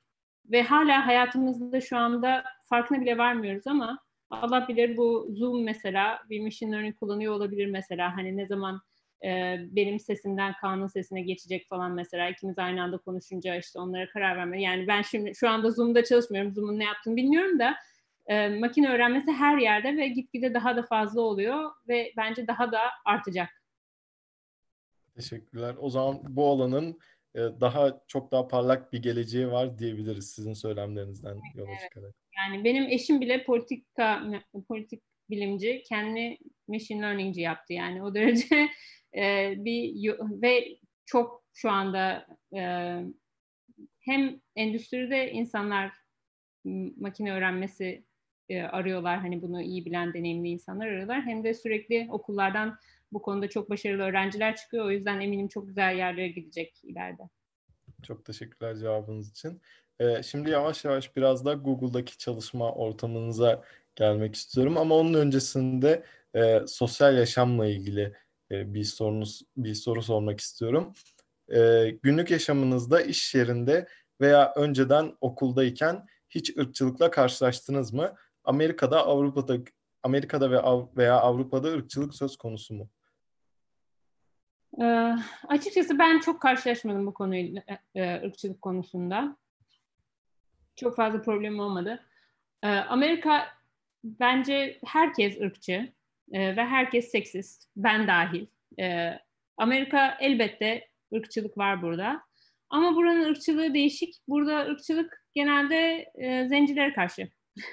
ve hala hayatımızda şu anda farkına bile varmıyoruz ama Allah bilir bu Zoom mesela bir machine learning kullanıyor olabilir mesela. Hani ne zaman e, benim sesimden Kaan'ın sesine geçecek falan mesela. İkimiz aynı anda konuşunca işte onlara karar verme. Yani ben şimdi şu anda Zoom'da çalışmıyorum. Zoom'un ne yaptığını bilmiyorum da e, makine öğrenmesi her yerde ve gitgide daha da fazla oluyor ve bence daha da artacak.
Teşekkürler. O zaman bu alanın e, daha çok daha parlak bir geleceği var diyebiliriz sizin söylemlerinizden yola
Evet.
çıkarak.
Yani benim eşim bile politika politik bilimci, kendi machine learningci yaptı yani o derece e, bir ve çok şu anda e, hem endüstride insanlar makine öğrenmesi e, arıyorlar, hani bunu iyi bilen deneyimli insanlar arıyorlar, hem de sürekli okullardan bu konuda çok başarılı öğrenciler çıkıyor. O yüzden eminim çok güzel yerlere gidecek ileride.
Çok teşekkürler cevabınız için. Ee, şimdi yavaş yavaş biraz da Google'daki çalışma ortamınıza gelmek istiyorum. Ama onun öncesinde e, sosyal yaşamla ilgili e, bir sorunuz, bir soru sormak istiyorum. E, günlük yaşamınızda, iş yerinde veya önceden okuldayken hiç ırkçılıkla karşılaştınız mı? Amerika'da, Avrupa'da, Amerika'da ve Av- veya Avrupa'da ırkçılık söz konusu mu?
Ee, Açıkçası ben çok karşılaşmadım bu konuyla, e, ırkçılık konusunda. Çok fazla problem olmadı. Ee, Amerika bence herkes ırkçı e, ve herkes seksist, ben dahil. Ee, Amerika elbette ırkçılık var burada. Ama buranın ırkçılığı değişik. Burada ırkçılık genelde e, zencilere karşı.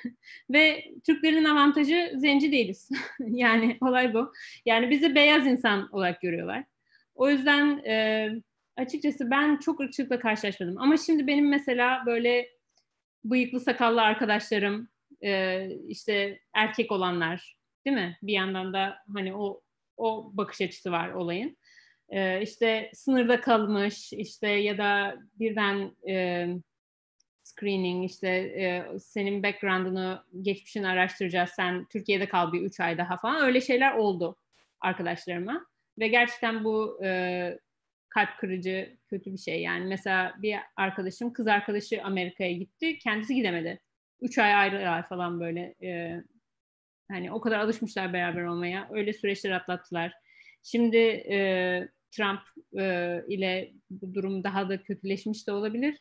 Ve Türklerin avantajı zenci değiliz. Yani olay bu. Yani bizi beyaz insan olarak görüyorlar. O yüzden e, açıkçası ben çok ırkçılıkla karşılaşmadım. Ama şimdi benim mesela böyle bıyıklı sakallı arkadaşlarım, e, işte erkek olanlar, değil mi? Bir yandan da hani o o bakış açısı var olayın. E, işte sınırda kalmış, işte ya da birden e, screening, işte e, senin background'ını, geçmişini araştıracağız. Sen Türkiye'de kal bir üç ay daha falan. Öyle şeyler oldu arkadaşlarıma. Ve gerçekten bu e, kalp kırıcı, kötü bir şey. Yani mesela bir arkadaşım, kız arkadaşı Amerika'ya gitti. Kendisi gidemedi. Üç ay ayrı falan böyle. E, hani o kadar alışmışlar beraber olmaya. Öyle süreçler atlattılar. Şimdi e, Trump e, ile bu durum daha da kötüleşmiş de olabilir.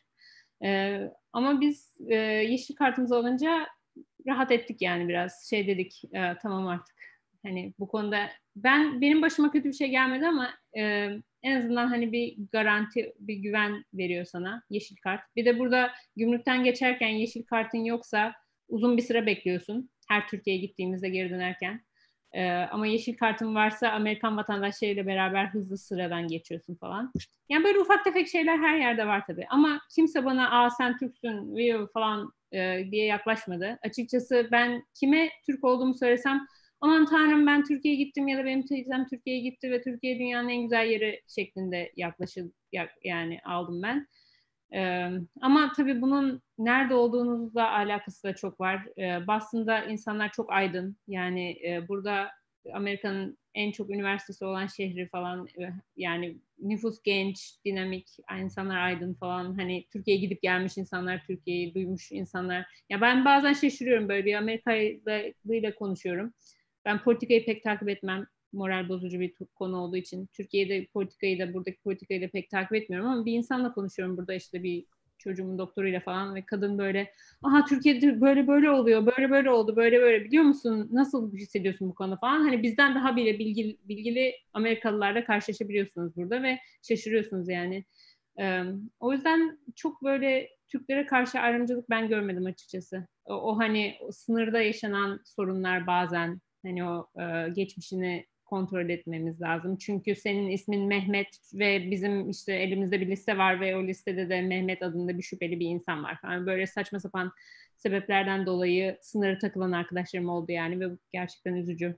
E, ama biz e, yeşil kartımızı alınca rahat ettik yani biraz. Şey dedik, e, tamam artık. Hani bu konuda ben benim başıma kötü bir şey gelmedi ama e, en azından hani bir garanti, bir güven veriyor sana yeşil kart. Bir de burada gümrükten geçerken yeşil kartın yoksa uzun bir sıra bekliyorsun. Her Türkiye'ye gittiğimizde geri dönerken. Ee, ama yeşil kartın varsa Amerikan vatandaşlarıyla beraber hızlı sıradan geçiyorsun falan. Yani böyle ufak tefek şeyler her yerde var tabii. Ama kimse bana aa sen Türksün falan e, diye yaklaşmadı. Açıkçası ben kime Türk olduğumu söylesem aman tanrım ben Türkiye'ye gittim ya da benim teyzem Türkiye'ye gitti ve Türkiye dünyanın en güzel yeri şeklinde yaklaşıl yani aldım ben. Ee, ama tabii bunun nerede olduğunuzla alakası da çok var. Ee, Boston'da insanlar çok aydın. Yani e, burada Amerika'nın en çok üniversitesi olan şehri falan. E, yani nüfus genç, dinamik, insanlar aydın falan. Hani Türkiye'ye gidip gelmiş insanlar, Türkiye'yi duymuş insanlar. Ya ben bazen şaşırıyorum, böyle bir Amerikalı'yla konuşuyorum. Ben politikayı pek takip etmem, moral bozucu bir konu olduğu için. Türkiye'de politikayı da buradaki politikayı da pek takip etmiyorum ama bir insanla konuşuyorum burada, işte bir çocuğumun doktoruyla falan, ve kadın böyle aha Türkiye'de böyle böyle oluyor, böyle böyle oldu, böyle böyle, biliyor musun, nasıl hissediyorsun bu konuda falan. Hani bizden daha bile bilgili, bilgili Amerikalılarla karşılaşabiliyorsunuz burada ve şaşırıyorsunuz yani. Ee, o yüzden çok böyle Türklere karşı ayrımcılık ben görmedim açıkçası. O, o hani o sınırda yaşanan sorunlar bazen, hani o e, geçmişini kontrol etmemiz lazım. Çünkü senin ismin Mehmet ve bizim işte elimizde bir liste var ve o listede de Mehmet adında bir şüpheli bir insan var. Yani böyle saçma sapan sebeplerden dolayı sınırı takılan arkadaşlarım oldu yani ve bu gerçekten üzücü.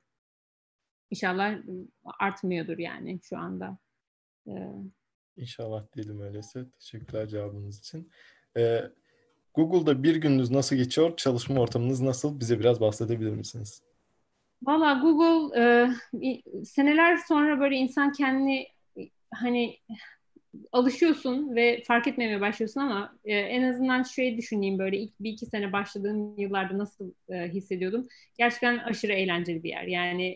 İnşallah artmıyordur yani şu anda. Ee,
İnşallah diyelim öyleyse. Teşekkürler cevabınız için. Ee, Google'da bir gününüz nasıl geçiyor? Çalışma ortamınız nasıl? Bize biraz bahsedebilir misiniz?
Valla Google e, seneler sonra böyle insan kendini hani alışıyorsun ve fark etmemeye başlıyorsun ama e, en azından şöyle düşüneyim, böyle ilk bir iki sene başladığım yıllarda nasıl e, hissediyordum. Gerçekten aşırı eğlenceli bir yer. Yani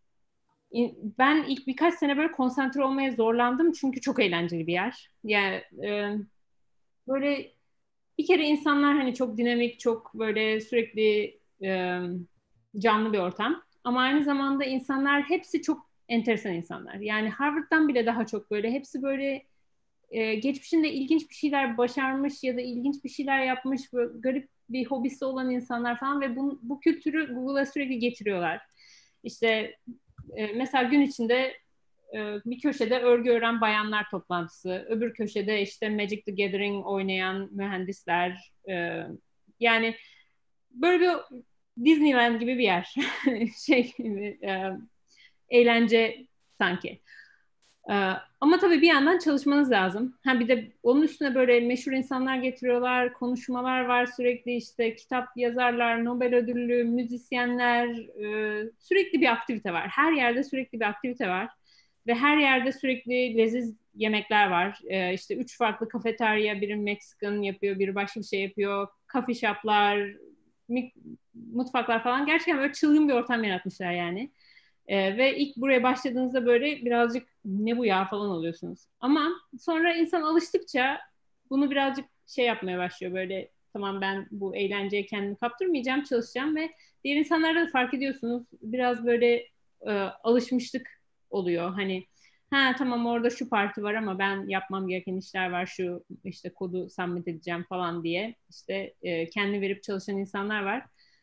in- ben ilk birkaç sene böyle konsantre olmaya zorlandım çünkü çok eğlenceli bir yer. Yani e, böyle bir kere insanlar hani çok dinamik, çok böyle sürekli e, canlı bir ortam. Ama aynı zamanda insanlar hepsi çok enteresan insanlar. Yani Harvard'dan bile daha çok böyle hepsi böyle e, geçmişinde ilginç bir şeyler başarmış ya da ilginç bir şeyler yapmış, böyle garip bir hobisi olan insanlar falan ve bu, bu kültürü Google'a sürekli getiriyorlar. İşte e, mesela gün içinde e, bir köşede örgü öğren bayanlar toplantısı, öbür köşede işte Magic the Gathering oynayan mühendisler, e, yani böyle bir Disneyland gibi bir yer. Şey gibi, e, eğlence sanki. Ee, ama tabii bir yandan çalışmanız lazım. Ha bir de onun üstüne böyle meşhur insanlar getiriyorlar, konuşmalar var sürekli, işte kitap yazarlar, Nobel ödüllü müzisyenler, e, sürekli bir aktivite var. Her yerde sürekli bir aktivite var ve her yerde sürekli leziz yemekler var. Ee, işte üç farklı kafeterya, biri Meksikan yapıyor, biri başka bir şey yapıyor. Coffee shoplar, mutfaklar falan. Gerçekten böyle çılgın bir ortam yaratmışlar yani. Ee, ve ilk buraya başladığınızda böyle birazcık ne bu ya falan oluyorsunuz. Ama sonra insan alıştıkça bunu birazcık şey yapmaya başlıyor, böyle tamam ben bu eğlenceye kendimi kaptırmayacağım, çalışacağım ve diğer insanlarda da fark ediyorsunuz. Biraz böyle e, alışmışlık oluyor. Hani ha tamam orada şu parti var ama ben yapmam gereken işler var, şu işte kodu submit edeceğim falan diye işte e, kendi verip çalışan insanlar var.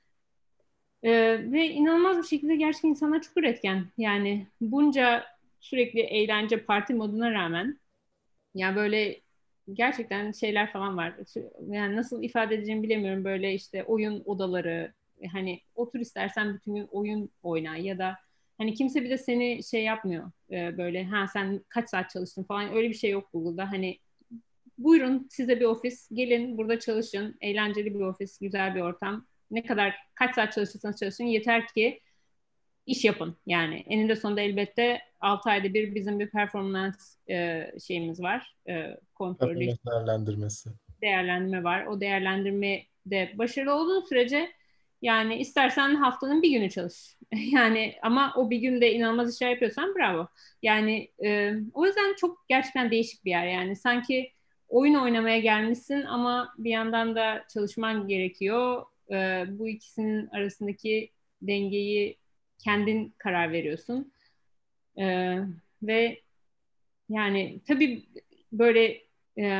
Ee, ve inanılmaz bir şekilde gerçekten insanlar çok üretken. Yani bunca sürekli eğlence parti moduna rağmen ya böyle gerçekten şeyler falan var. Yani nasıl ifade edeceğimi bilemiyorum. Böyle işte oyun odaları, hani otur istersen bütün gün oyun oyna ya da hani kimse bir de seni şey yapmıyor. Ee, böyle ha sen kaç saat çalıştın falan, öyle bir şey yok Google'da. Hani buyurun size bir ofis, gelin burada çalışın. Eğlenceli bir ofis, güzel bir ortam. Ne kadar kaç saat çalışırsanız çalışın yeter ki iş yapın. Yani eninde sonunda elbette altı ayda bir bizim bir performans e, şeyimiz var. E, kontrolü
Performans değerlendirmesi.
değerlendirme var. O değerlendirme de başarılı olduğun sürece yani istersen haftanın bir günü çalış. Yani ama o bir günde inanılmaz işler yapıyorsan bravo. Yani e, o yüzden çok gerçekten değişik bir yer. Yani sanki oyun oynamaya gelmişsin ama bir yandan da çalışman gerekiyor. E, bu ikisinin arasındaki dengeyi kendin karar veriyorsun. E, ve yani tabii böyle e,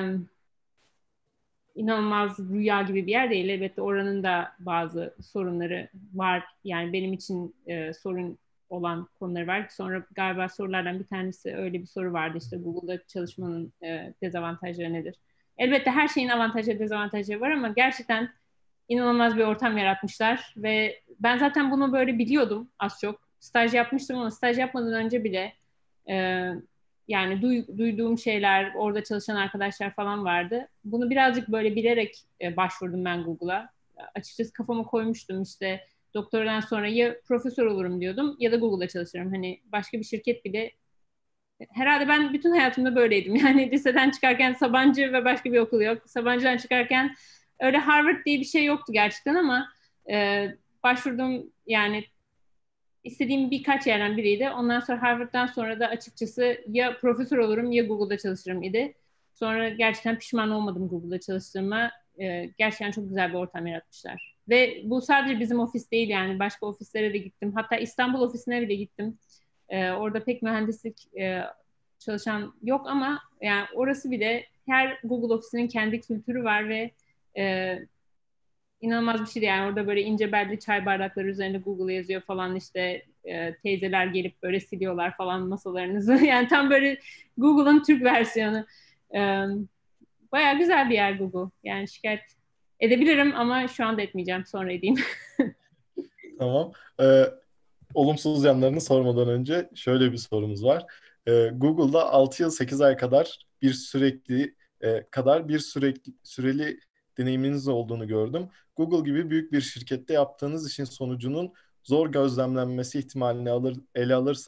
inanılmaz rüya gibi bir yer değil. Elbette oranın da bazı sorunları var. Yani benim için e, sorun olan konuları var. Sonra galiba sorulardan bir tanesi, öyle bir soru vardı, işte Google'da çalışmanın e, dezavantajları nedir? Elbette her şeyin avantajı dezavantajları var ama gerçekten inanılmaz bir ortam yaratmışlar ve ben zaten bunu böyle biliyordum az çok. Staj yapmıştım ama staj yapmadan önce bile e, yani duy- duyduğum şeyler, orada çalışan arkadaşlar falan vardı. Bunu birazcık böyle bilerek e, başvurdum ben Google'a. Açıkçası kafama koymuştum, işte doktoradan sonra ya profesör olurum diyordum ya da Google'da çalışırım. Hani başka bir şirket bile, herhalde ben bütün hayatımda böyleydim. Yani liseden çıkarken Sabancı ve başka bir okul yok. Sabancı'dan çıkarken öyle Harvard diye bir şey yoktu gerçekten ama e, başvurdum yani istediğim birkaç yerden biriydi. Ondan sonra Harvard'dan sonra da açıkçası ya profesör olurum ya Google'da çalışırım idi. Sonra gerçekten pişman olmadım Google'da çalıştığıma. Ee, gerçekten çok güzel bir ortam yaratmışlar. Ve bu sadece bizim ofis değil, yani başka ofislere de gittim. Hatta İstanbul ofisine bile gittim. Ee, orada pek mühendislik e, çalışan yok ama yani orası bile, her Google ofisinin kendi kültürü var ve e, inanılmaz bir şeydi yani. Orada böyle ince belli çay bardakları üzerinde Google yazıyor falan, işte e, teyzeler gelip böyle siliyorlar falan masalarınızı. Yani tam böyle Google'ın Türk versiyonu. E, Bayağı güzel bir yer Google. Yani şikayet edebilirim ama şu anda etmeyeceğim. Sonra edeyim.
Tamam. Ee, olumsuz yanlarını sormadan önce şöyle bir sorumuz var. Ee, Google'da altı yıl sekiz ay kadar bir sürekli e, kadar bir sürekli süreli deneyiminiz olduğunu gördüm. Google gibi büyük bir şirkette yaptığınız işin sonucunun zor gözlemlenmesi ihtimalini alır, ele alırsak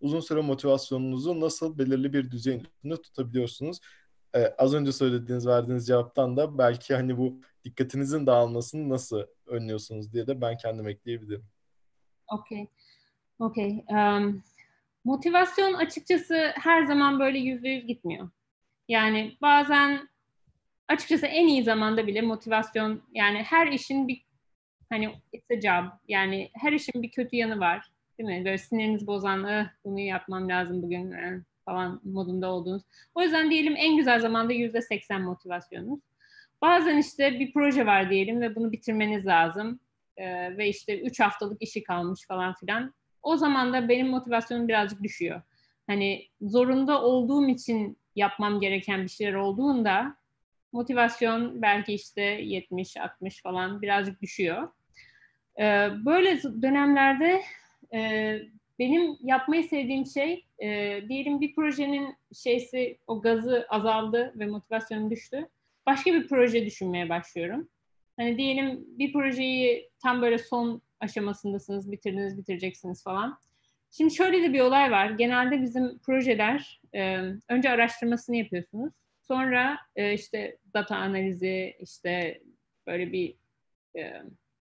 uzun süre motivasyonunuzu nasıl belirli bir düzeyin üstünde tutabiliyorsunuz? Ee, az önce söylediğiniz, verdiğiniz cevaptan da belki hani bu dikkatinizin dağılmasını nasıl önlüyorsunuz diye de ben kendim ekleyebilirim.
Okey. Okey. Um, motivasyon açıkçası her zaman böyle yüzde yüz gitmiyor. Yani bazen açıkçası en iyi zamanda bile motivasyon, yani her işin bir, hani it's a job, yani her işin bir kötü yanı var. Değil mi? Böyle sinirinizi bozan, "Ah, bunu yapmam lazım bugün," eh, falan modunda olduğunuz. O yüzden diyelim en güzel zamanda yüzde seksen motivasyonunuz. Bazen işte bir proje var diyelim ve bunu bitirmeniz lazım. Ee, ve işte üç haftalık işi kalmış falan filan. O zaman da benim motivasyonum birazcık düşüyor. Hani zorunda olduğum için yapmam gereken bir şeyler olduğunda motivasyon belki işte yetmiş altmış falan birazcık düşüyor. Ee, böyle dönemlerde e, benim yapmayı sevdiğim şey, e, diyelim bir projenin şeysi, o gazı azaldı ve motivasyonum düştü. Başka bir proje düşünmeye başlıyorum. Hani diyelim bir projeyi tam böyle son aşamasındasınız, bitirdiniz, bitireceksiniz falan. Şimdi şöyle de bir olay var. Genelde bizim projeler, e, önce araştırmasını yapıyorsunuz. Sonra e, işte data analizi, işte böyle bir e,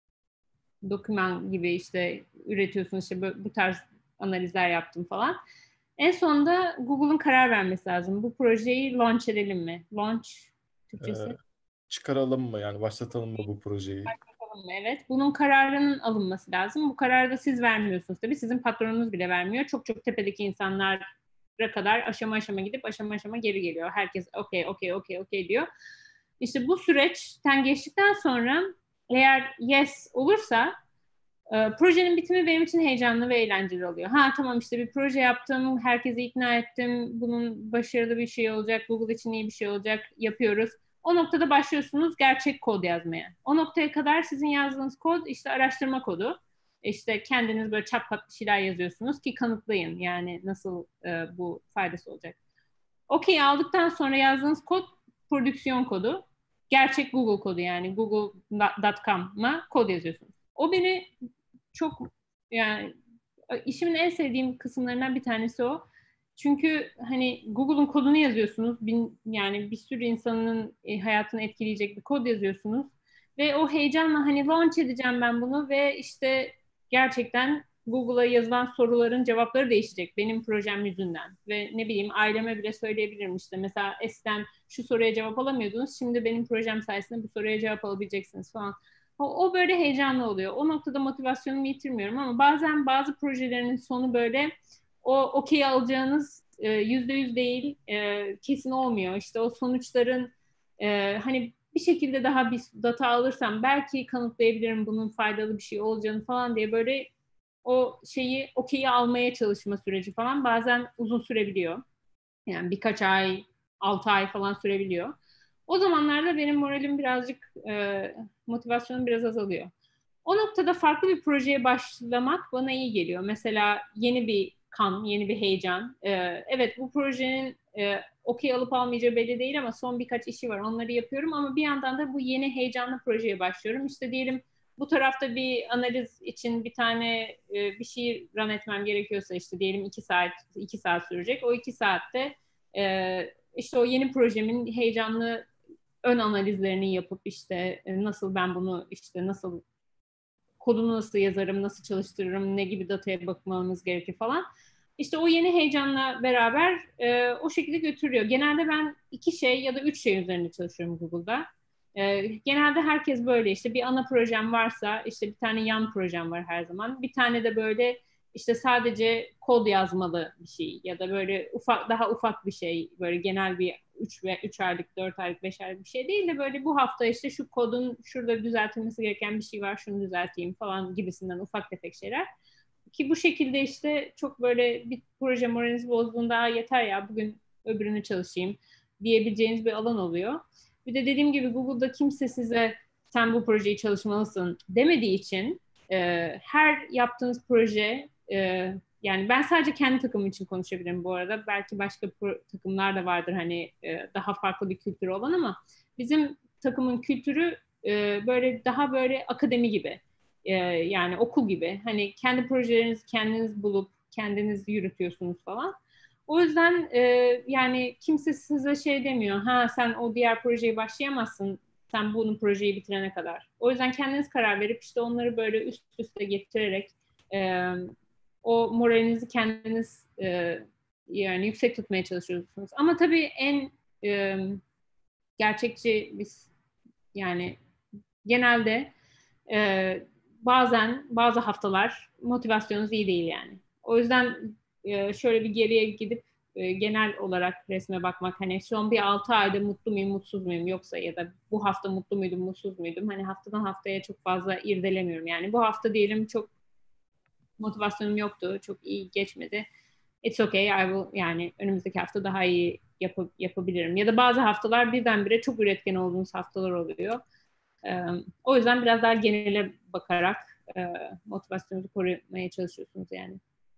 doküman gibi işte üretiyorsunuz, işte bu, bu tarz analizler yaptım falan. En sonunda Google'un karar vermesi lazım. Bu projeyi launch edelim mi? Launch
Ee,
Türkçesi
çıkaralım mı yani başlatalım mı bu projeyi?
yapalım mı? Evet. Bunun kararının alınması lazım. Bu kararı da siz vermiyorsunuz tabii. Sizin patronunuz bile vermiyor. Çok çok tepedeki insanlara kadar aşama aşama gidip aşama aşama geri geliyor. Herkes okey, okey, okey, okey diyor. İşte bu süreçten geçtikten sonra eğer yes olursa, e, projenin bitimi benim için heyecanlı ve eğlenceli oluyor. Ha tamam, işte bir proje yaptım, herkesi ikna ettim, bunun başarılı bir şey olacak, Google için iyi bir şey olacak, yapıyoruz. O noktada başlıyorsunuz gerçek kod yazmaya. O noktaya kadar sizin yazdığınız kod işte araştırma kodu. İşte kendiniz böyle çat pat bir şeyler yazıyorsunuz ki kanıtlayın yani nasıl e, bu faydası olacak. Okey aldıktan sonra yazdığınız kod prodüksiyon kodu. Gerçek Google kodu, yani google nokta com'a kod yazıyorsunuz. O beni çok, yani işimin en sevdiğim kısımlarından bir tanesi o. Çünkü hani Google'un kodunu yazıyorsunuz. Bin, yani bir sürü insanın e, hayatını etkileyecek bir kod yazıyorsunuz. Ve o heyecanla hani launch edeceğim ben bunu ve işte gerçekten Google'a yazılan soruların cevapları değişecek benim projem yüzünden. Ve ne bileyim aileme bile söyleyebilirim işte. Mesela eskiden şu soruya cevap alamıyordunuz. Şimdi benim projem sayesinde bu soruya cevap alabileceksiniz falan. O, o böyle heyecanlı oluyor. O noktada motivasyonumu yitirmiyorum ama bazen bazı projelerin sonu böyle o okey alacağınız e, yüzde yüz değil, e, kesin olmuyor. İşte o sonuçların e, hani bir şekilde daha bir data alırsam belki kanıtlayabilirim bunun faydalı bir şey olacağını falan diye böyle o şeyi okeyi almaya çalışma süreci falan bazen uzun sürebiliyor. Yani birkaç ay, altı ay falan sürebiliyor. O zamanlarda benim moralim birazcık, e, motivasyonum biraz azalıyor. O noktada farklı bir projeye başlamak bana iyi geliyor. Mesela yeni bir kan, yeni bir heyecan. E, evet bu projenin e, okey alıp almayacağı belli değil ama son birkaç işi var. Onları yapıyorum ama bir yandan da bu yeni heyecanlı projeye başlıyorum. İşte diyelim bu tarafta bir analiz için bir tane e, bir şey run etmem gerekiyorsa işte diyelim iki saat iki saat sürecek. O iki saatte e, işte o yeni projemin heyecanlı ön analizlerini yapıp işte e, nasıl ben bunu işte nasıl kodunu nasıl yazarım, nasıl çalıştırırım, ne gibi dataya bakmamız gerekir falan. İşte o yeni heyecanla beraber e, o şekilde götürüyor. Genelde ben iki şey ya da üç şey üzerinde çalışıyorum Google'da. E, genelde herkes böyle işte bir ana projem varsa işte bir tane yan projem var her zaman. Bir tane de böyle işte sadece kod yazmalı bir şey ya da böyle ufak daha ufak bir şey, böyle genel bir üç ve üç aylık, dört aylık, beş aylık bir şey değil de böyle bu hafta işte şu kodun şurada düzeltilmesi gereken bir şey var, şunu düzelteyim falan gibisinden ufak tefek şeyler. Ki bu şekilde işte çok böyle bir proje moralinizi bozduğunda yeter ya bugün öbürünü çalışayım diyebileceğiniz bir alan oluyor. Bir de dediğim gibi Google'da kimse size sen bu projeyi çalışmalısın demediği için e, her yaptığınız proje, e, yani ben sadece kendi takımım için konuşabilirim bu arada. Belki başka pro- takımlar da vardır hani e, daha farklı bir kültürü olan ama bizim takımın kültürü e, böyle daha böyle akademi gibi. E, yani okul gibi. Hani kendi projelerinizi kendiniz bulup kendiniz yürütüyorsunuz falan. O yüzden e, yani kimse size şey demiyor. Ha sen o diğer projeye başlayamazsın. Sen bunun projeyi bitirene kadar. O yüzden kendiniz karar verip işte onları böyle üst üste getirerek e, o moralinizi kendiniz e, yani yüksek tutmaya çalışıyorsunuz. Ama tabii en e, gerçekçi biz yani genelde e, bazen bazı haftalar motivasyonunuz iyi değil yani. O yüzden e, şöyle bir geriye gidip e, genel olarak resme bakmak hani son bir altı ayda mutlu muyum mutsuz muyum yoksa ya da bu hafta mutlu muydum mutsuz muydum hani haftadan haftaya çok fazla irdelemiyorum yani bu hafta diyelim çok motivasyonum yoktu çok iyi geçmedi. It's okay, I will, yani önümüzdeki hafta daha iyi yap- yapabilirim. Ya da bazı haftalar birdenbire çok üretken olduğunuz haftalar oluyor. Ee, o yüzden biraz daha genele bakarak e, motivasyonunuzu korumaya çalışıyorsunuz yani.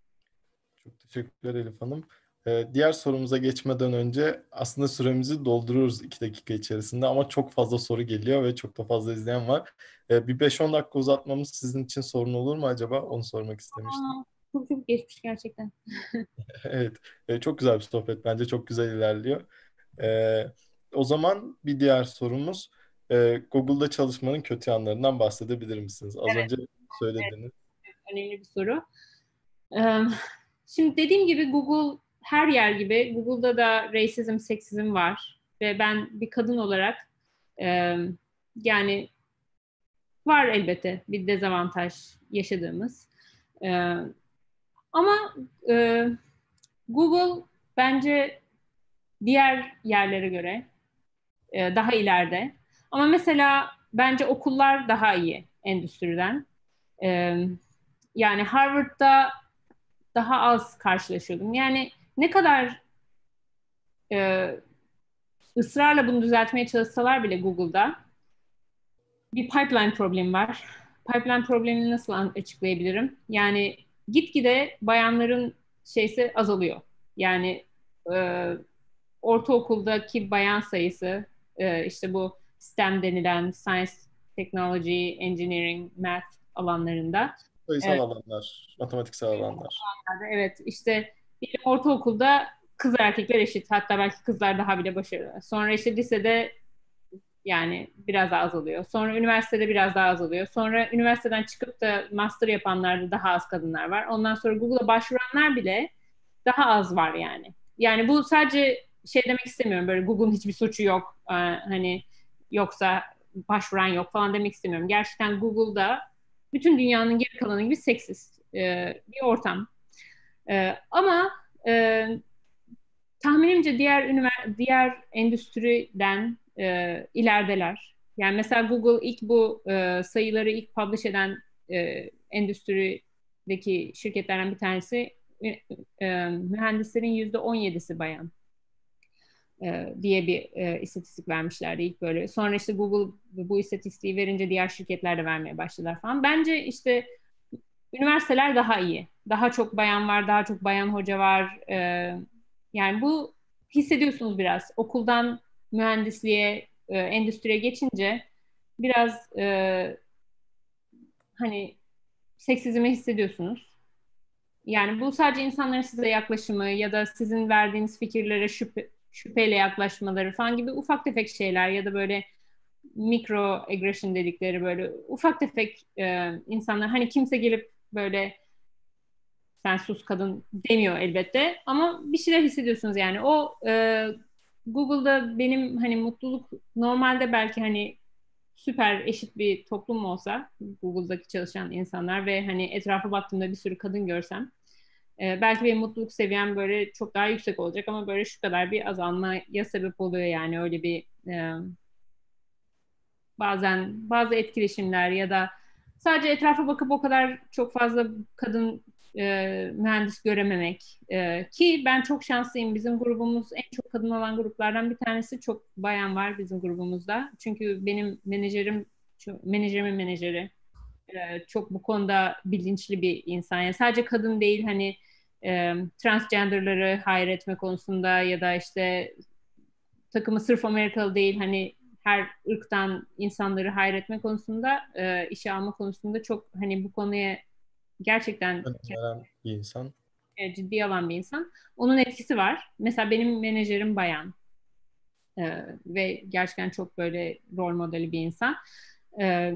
Çok teşekkürler Elif Hanım. Ee, diğer sorumuza geçmeden önce aslında süremizi dolduruyoruz iki dakika içerisinde ama çok fazla soru geliyor ve çok da fazla izleyen var. Ee, bir beş on dakika uzatmamız sizin için sorun olur mu acaba? Onu sormak istemiştim.
Aa, çok çok geçmiş gerçekten.
Evet, e, çok güzel bir sohbet. Bence çok güzel ilerliyor. Ee, o zaman bir diğer sorumuz, e, Google'da çalışmanın kötü yanlarından bahsedebilir misiniz? Az önce söylediniz.
Önemli bir soru. Ee, şimdi dediğim gibi Google her yer gibi Google'da da racism, seksizm var ve ben bir kadın olarak e, yani var elbette bir dezavantaj yaşadığımız. Ee, ama e, Google bence diğer yerlere göre e, daha ileride. Ama mesela bence okullar daha iyi endüstriden. E, yani Harvard'da daha az karşılaşıyordum. Yani ne kadar e, ısrarla bunu düzeltmeye çalışsalar bile Google'da bir pipeline problemi var. Pipeline problemini nasıl açıklayabilirim? Yani gitgide bayanların şeysi azalıyor. Yani e, ortaokuldaki bayan sayısı e, işte bu STEM denilen Science, Technology, Engineering, Math alanlarında.
Sayısal
Evet,
alanlar, matematiksel alanlar.
evet işte bir ortaokulda kız erkekler eşit. Hatta belki kızlar daha bile başarılı. Sonra işte lisede yani biraz daha azalıyor. Sonra üniversitede biraz daha azalıyor. Sonra üniversiteden çıkıp da master yapanlarda daha az kadınlar var. Ondan sonra Google'a başvuranlar bile daha az var yani. Yani bu sadece şey demek istemiyorum. Böyle Google'un hiçbir suçu yok. Ee, hani yoksa başvuran yok falan demek istemiyorum. Gerçekten Google'da bütün dünyanın geri kalanı gibi seksist e, bir ortam. E, ama e, tahminimce diğer ünivers- diğer endüstriden e, ilerideler. Yani mesela Google ilk bu e, sayıları ilk publish eden e, endüstrideki şirketlerden bir tanesi e, e, mühendislerin yüzde on yedisi bayan e, diye bir e, istatistik vermişlerdi ilk böyle. Sonra işte Google bu istatistiği verince diğer şirketler de vermeye başladılar falan. Bence işte üniversiteler daha iyi. Daha çok bayan var, daha çok bayan hoca var. E, yani bu hissediyorsunuz biraz. Okuldan mühendisliğe, e, endüstriye geçince biraz e, hani seksizmi hissediyorsunuz. Yani bu sadece insanların size yaklaşımı ya da sizin verdiğiniz fikirlere şüphe, şüpheyle yaklaşmaları falan gibi ufak tefek şeyler ya da böyle mikro aggression dedikleri böyle ufak tefek e, insanlar hani kimse gelip böyle sen sus kadın demiyor elbette ama bir şeyler hissediyorsunuz yani o e, Google'da benim hani mutluluk normalde belki hani süper eşit bir toplum olsa Google'daki çalışan insanlar ve hani etrafa baktığımda bir sürü kadın görsem e, belki benim mutluluk seviyem böyle çok daha yüksek olacak ama böyle şu kadar bir azalmaya sebep oluyor yani öyle bir e, bazen bazı etkileşimler ya da sadece etrafa bakıp o kadar çok fazla kadın e, mühendis görememek E, ki ben çok şanslıyım bizim grubumuz en çok kadın olan gruplardan bir tanesi çok bayan var bizim grubumuzda çünkü benim menajerim çok, menajerimin menajeri e, çok bu konuda bilinçli bir insan yani sadece kadın değil hani e, transgenderları hayır etme konusunda ya da işte takımı sırf Amerikalı değil hani her ırktan insanları hayretme konusunda e, işe alma konusunda çok hani bu konuya gerçekten
Önem veren bir insan.
e, ciddiye alan bir insan. Onun etkisi var. Mesela benim menajerim bayan. Ee, ve gerçekten çok böyle rol modeli bir insan. Ee,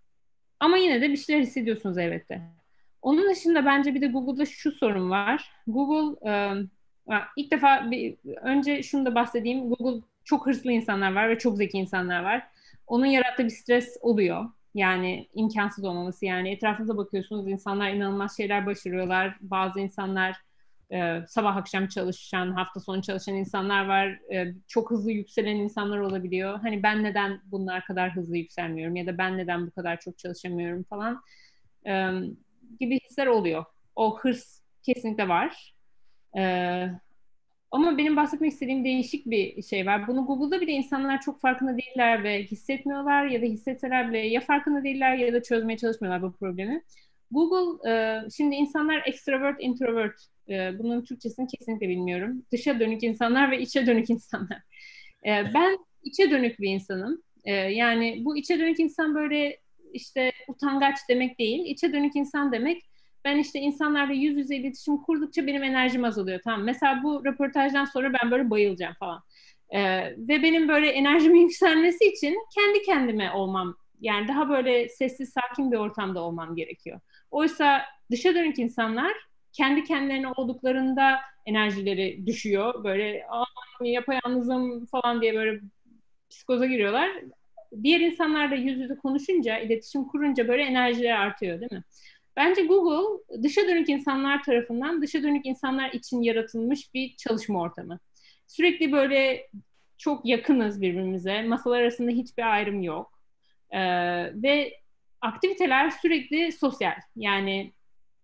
Ama yine de bir şeyler hissediyorsunuz elbette. Onun dışında bence bir de Google'da şu sorun var. Google e, ilk defa bir, önce şunu da bahsedeyim. Google çok hırslı insanlar var ve çok zeki insanlar var. Onun yarattığı bir stres oluyor. Yani imkansız olmaması. Yani etrafınıza bakıyorsunuz, insanlar inanılmaz şeyler başarıyorlar. Bazı insanlar e, sabah akşam çalışan, hafta sonu çalışan insanlar var. E, çok hızlı yükselen insanlar olabiliyor. Hani ben neden bunlar kadar hızlı yükselmiyorum ya da ben neden bu kadar çok çalışamıyorum falan e, gibi hisler oluyor. O hırs kesinlikle var. E, Ama benim bahsetmek istediğim değişik bir şey var. Bunu Google'da bile insanlar çok farkında değiller ve hissetmiyorlar ya da hissetseler bile ya farkında değiller ya da çözmeye çalışmıyorlar bu problemi. Google, e, şimdi insanlar extrovert, introvert, e, bunun Türkçesini kesinlikle bilmiyorum. Dışa dönük insanlar ve içe dönük insanlar. E, ben içe dönük bir insanım. E, yani bu içe dönük insan böyle işte utangaç demek değil. İçe dönük insan demek ben işte insanlarla yüz yüze iletişim kurdukça benim enerjim azalıyor. Tamam. Mesela bu röportajdan sonra ben böyle bayılacağım falan. Ee, ve benim böyle enerjimin yükselmesi için kendi kendime olmam, yani daha böyle sessiz sakin bir ortamda olmam gerekiyor. Oysa dışa dönük insanlar kendi kendilerine olduklarında enerjileri düşüyor. Böyle yapayalnızım falan diye böyle psikoza giriyorlar. Diğer insanlarla yüz yüze konuşunca, iletişim kurunca böyle enerjileri artıyor, değil mi? Bence Google dışa dönük insanlar tarafından dışa dönük insanlar için yaratılmış bir çalışma ortamı. Sürekli böyle çok yakınız birbirimize. Masalar arasında hiçbir ayrım yok. Ee, ve aktiviteler sürekli sosyal. Yani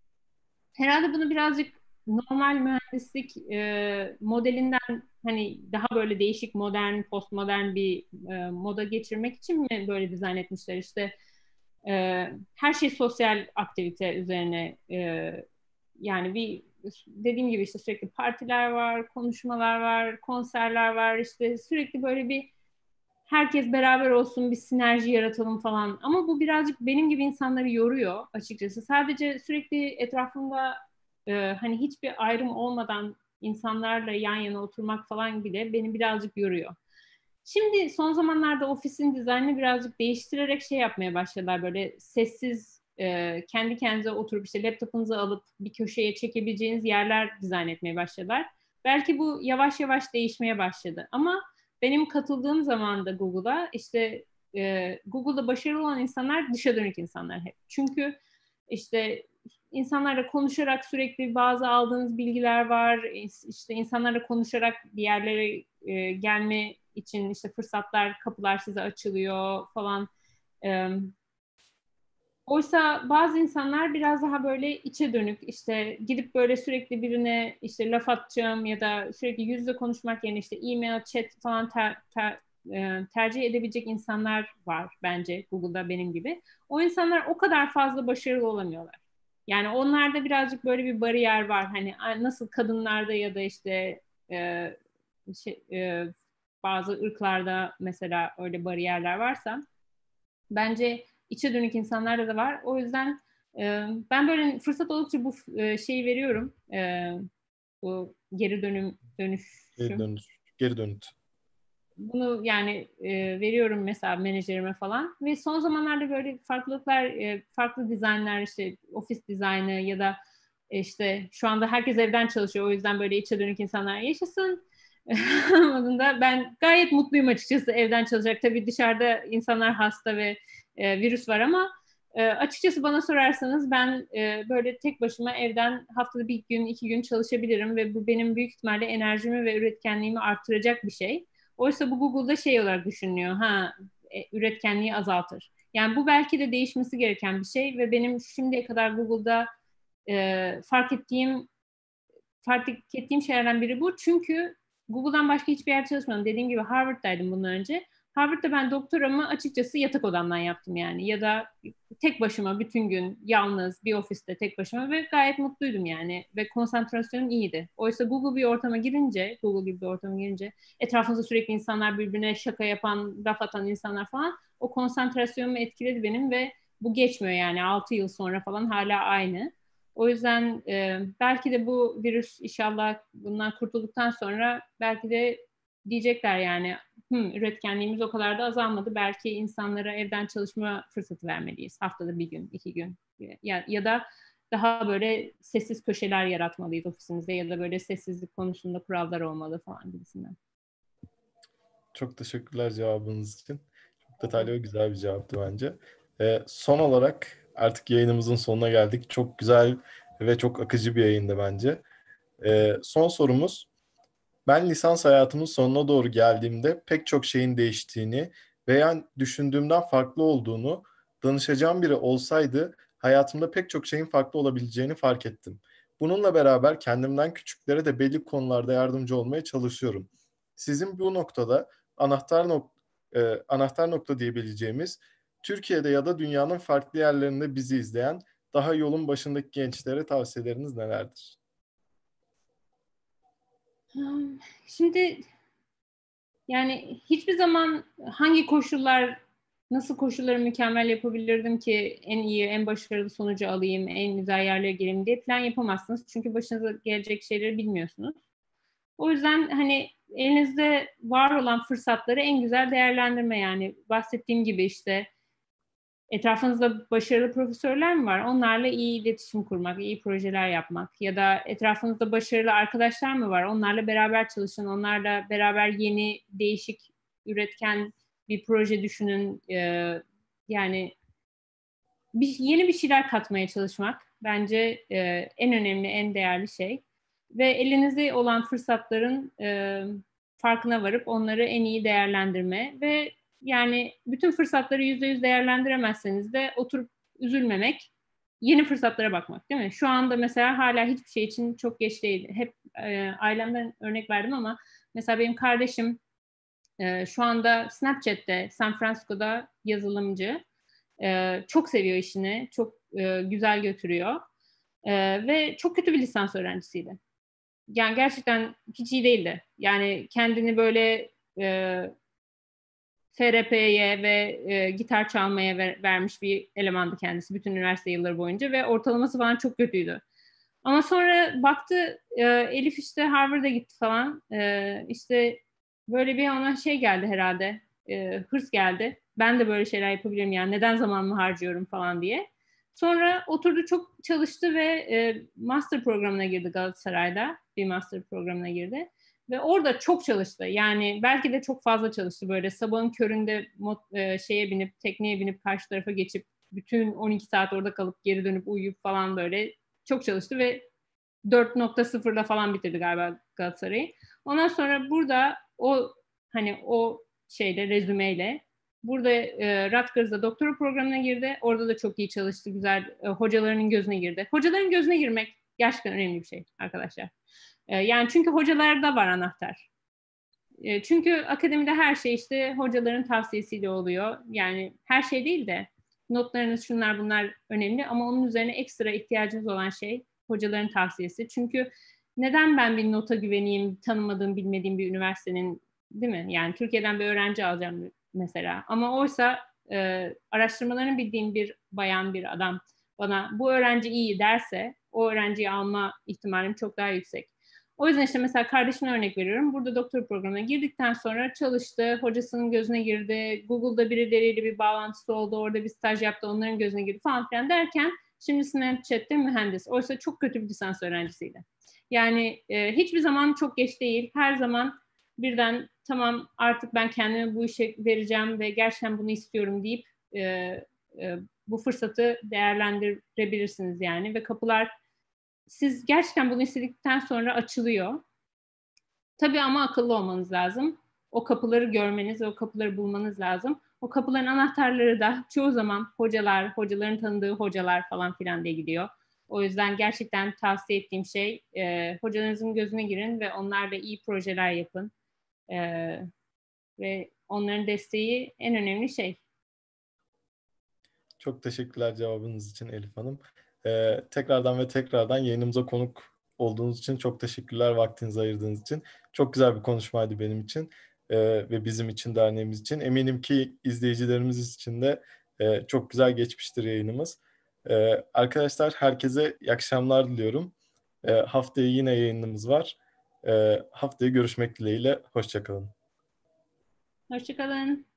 herhalde bunu birazcık normal mühendislik e, modelinden hani daha böyle değişik modern, postmodern bir e, moda geçirmek için mi böyle dizayn etmişler? İşte e, her şey sosyal aktivite üzerine e, yani bir dediğim gibi işte sürekli partiler var, konuşmalar var, konserler var, işte sürekli böyle bir herkes beraber olsun, bir sinerji yaratalım falan. Ama bu birazcık benim gibi insanları yoruyor açıkçası. Sadece sürekli etrafımda e, hani hiçbir ayrım olmadan insanlarla yan yana oturmak falan bile beni birazcık yoruyor. Şimdi son zamanlarda ofisin dizaynını birazcık değiştirerek şey yapmaya başladılar. Böyle sessiz e, kendi kendinize oturup işte laptopunuzu alıp bir köşeye çekebileceğiniz yerler dizayn etmeye başladılar. Belki bu yavaş yavaş değişmeye başladı. Ama benim katıldığım zaman da Google'a işte e, Google'da başarılı olan insanlar dışa dönük insanlar hep. Çünkü işte insanlarla konuşarak sürekli bazı aldığınız bilgiler var. İşte insanlarla konuşarak bir yerlere e, gelme için işte fırsatlar, kapılar size açılıyor falan. E, Oysa bazı insanlar biraz daha böyle içe dönük, işte gidip böyle sürekli birine işte laf atacağım ya da sürekli yüz yüze konuşmak yerine işte e-mail, chat falan ter, ter, e, tercih edebilecek insanlar var bence Google'da benim gibi. O insanlar o kadar fazla başarılı olamıyorlar. Yani onlarda birazcık böyle bir bariyer var. Hani nasıl kadınlarda ya da işte e, şey, e, bazı ırklarda mesela öyle bariyerler varsa bence içe dönük insanlarda da var. O yüzden e, ben böyle fırsat oldukça bu e, şeyi veriyorum. E, bu geri dönüm
Geri
dönüşüm.
dönüş, geri dönüt.
Bunu yani e, veriyorum mesela menajerime falan. Ve son zamanlarda böyle farklılıklar, e, farklı dizaynlar işte ofis dizaynı ya da e, işte şu anda herkes evden çalışıyor. O yüzden böyle içe dönük insanlar yaşasın. Anladığında ben gayet mutluyum açıkçası evden çalışacak. Tabii dışarıda insanlar hasta ve e, virüs var ama e, açıkçası bana sorarsanız ben e, böyle tek başıma evden haftada bir gün, iki gün çalışabilirim ve bu benim büyük ihtimalle enerjimi ve üretkenliğimi artıracak bir şey. Oysa bu Google'da şey olarak düşünülüyor. Ha, e, üretkenliği azaltır. Yani bu belki de değişmesi gereken bir şey ve benim şimdiye kadar Google'da e, fark ettiğim fark ettiğim şeylerden biri bu. Çünkü Google'dan başka hiçbir yer çalışmadım. Dediğim gibi Harvard'daydım bundan önce. Harvard'da ben doktoramı açıkçası yatak odamdan yaptım yani. Ya da tek başıma bütün gün yalnız bir ofiste tek başıma ve gayet mutluydum yani. Ve konsantrasyonum iyiydi. Oysa Google bir ortama girince, Google gibi bir ortama girince etrafınızda sürekli insanlar birbirine şaka yapan, laf atan insanlar falan o konsantrasyonumu etkiledi benim ve bu geçmiyor yani altı yıl sonra falan hala aynı. O yüzden e, belki de bu virüs inşallah bundan kurtulduktan sonra belki de diyecekler yani Hı, üretkenliğimiz o kadar da azalmadı. Belki insanlara evden çalışma fırsatı vermeliyiz. Haftada bir gün, iki gün. Ya, ya da daha böyle sessiz köşeler yaratmalıyız ofisimizde ya da böyle sessizlik konusunda kurallar olmalı falan gibisinden.
Çok teşekkürler cevabınız için. Çok detaylı ve güzel bir cevaptı bence. Ee, son olarak artık yayınımızın sonuna geldik. Çok güzel ve çok akıcı bir yayındı bence. Ee, son sorumuz. Ben lisans hayatımın sonuna doğru geldiğimde pek çok şeyin değiştiğini veya düşündüğümden farklı olduğunu, danışacağım biri olsaydı hayatımda pek çok şeyin farklı olabileceğini fark ettim. Bununla beraber kendimden küçüklere de belli konularda yardımcı olmaya çalışıyorum. Sizin bu noktada anahtar, nok e, anahtar nokta diyebileceğimiz, Türkiye'de ya da dünyanın farklı yerlerinde bizi izleyen daha yolun başındaki gençlere tavsiyeleriniz nelerdir?
Şimdi yani hiçbir zaman hangi koşullar, nasıl koşulları mükemmel yapabilirdim ki en iyi, en başarılı sonucu alayım, en güzel yerlere geleyim diye plan yapamazsınız. Çünkü başınıza gelecek şeyleri bilmiyorsunuz. O yüzden hani elinizde var olan fırsatları en güzel değerlendirme yani. Bahsettiğim gibi işte etrafınızda başarılı profesörler mi var? Onlarla iyi iletişim kurmak, iyi projeler yapmak ya da etrafınızda başarılı arkadaşlar mı var? Onlarla beraber çalışın, onlarla beraber yeni, değişik, üretken bir proje düşünün. Ee, yani bir, yeni bir şeyler katmaya çalışmak bence e, en önemli, en değerli şey. Ve elinizde olan fırsatların e, farkına varıp onları en iyi değerlendirme ve yani bütün fırsatları yüzde yüz değerlendiremezseniz de oturup üzülmemek, yeni fırsatlara bakmak değil mi? Şu anda mesela hala hiçbir şey için çok geç değil. Hep e, ailemden örnek verdim ama mesela benim kardeşim e, şu anda Snapchat'te, San Francisco'da yazılımcı. Ee, çok seviyor işini, çok e, güzel götürüyor. Ee, ve çok kötü bir lisans öğrencisiydi. Yani gerçekten hiç iyi değildi. Yani kendini böyle e, F R P'ye ve e, gitar çalmaya ver, vermiş bir elemandı kendisi bütün üniversite yılları boyunca ve ortalaması falan çok kötüydü. Ama sonra baktı e, Elif işte Harvard'a gitti falan. E, işte böyle bir ona şey geldi herhalde. E, hırs geldi. Ben de böyle şeyler yapabilirim yani neden zamanımı harcıyorum falan diye. Sonra oturdu çok çalıştı ve e, master programına girdi Galatasaray'da. Bir master programına girdi. Ve orada çok çalıştı. Yani belki de çok fazla çalıştı böyle. Sabahın köründe mot, e, şeye binip, tekneye binip karşı tarafa geçip bütün on iki saat orada kalıp geri dönüp uyuyup falan böyle çok çalıştı ve dört nokta sıfırla falan bitirdi galiba Galatasaray'ı. Ondan sonra burada o hani o şeyle rezümeyle burada e, Rutgers'da doktora programına girdi. Orada da çok iyi çalıştı. Güzel e, hocalarının gözüne girdi. Hocaların gözüne girmek gerçekten önemli bir şey arkadaşlar. E, yani çünkü hocalarda var anahtar. E, çünkü akademide her şey işte hocaların tavsiyesiyle oluyor. Yani her şey değil de notlarınız şunlar bunlar önemli ama onun üzerine ekstra ihtiyacınız olan şey hocaların tavsiyesi. Çünkü neden ben bir nota güveneyim tanımadığım bilmediğim bir üniversitenin değil mi? Yani Türkiye'den bir öğrenci alacağım mesela. Ama oysa e, araştırmalarını bildiğim bir bayan bir adam bana bu öğrenci iyi derse o öğrenciyi alma ihtimalim çok daha yüksek. O yüzden işte mesela kardeşime örnek veriyorum. Burada doktor programına girdikten sonra çalıştı, hocasının gözüne girdi, Google'da birileriyle bir bağlantısı oldu, orada bir staj yaptı, onların gözüne girdi falan filan derken şimdi Snapchat'te mühendis. Oysa çok kötü bir lisans öğrencisiydi. Yani e, hiçbir zaman çok geç değil. Her zaman birden tamam artık ben kendimi bu işe vereceğim ve gerçekten bunu istiyorum deyip e, e, bu fırsatı değerlendirebilirsiniz yani ve kapılar siz gerçekten bunu istedikten sonra açılıyor. Tabii ama akıllı olmanız lazım. O kapıları görmeniz ve o kapıları bulmanız lazım. O kapıların anahtarları da çoğu zaman hocalar, hocaların tanıdığı hocalar falan filan diye gidiyor. O yüzden gerçekten tavsiye ettiğim şey e, hocalarınızın gözüne girin ve onlarla iyi projeler yapın. E, ve onların desteği en önemli şey.
Çok teşekkürler cevabınız için Elif Hanım. Ee, tekrardan ve tekrardan yayınımıza konuk olduğunuz için çok teşekkürler vaktinizi ayırdığınız için. Çok güzel bir konuşmaydı benim için ee, ve bizim için, derneğimiz için. Eminim ki izleyicilerimiz için de e, çok güzel geçmiştir yayınımız. Ee, arkadaşlar herkese iyi akşamlar diliyorum. Ee, haftaya yine yayınımız var. Ee, haftaya görüşmek dileğiyle. Hoşça kalın.
Hoşçakalın.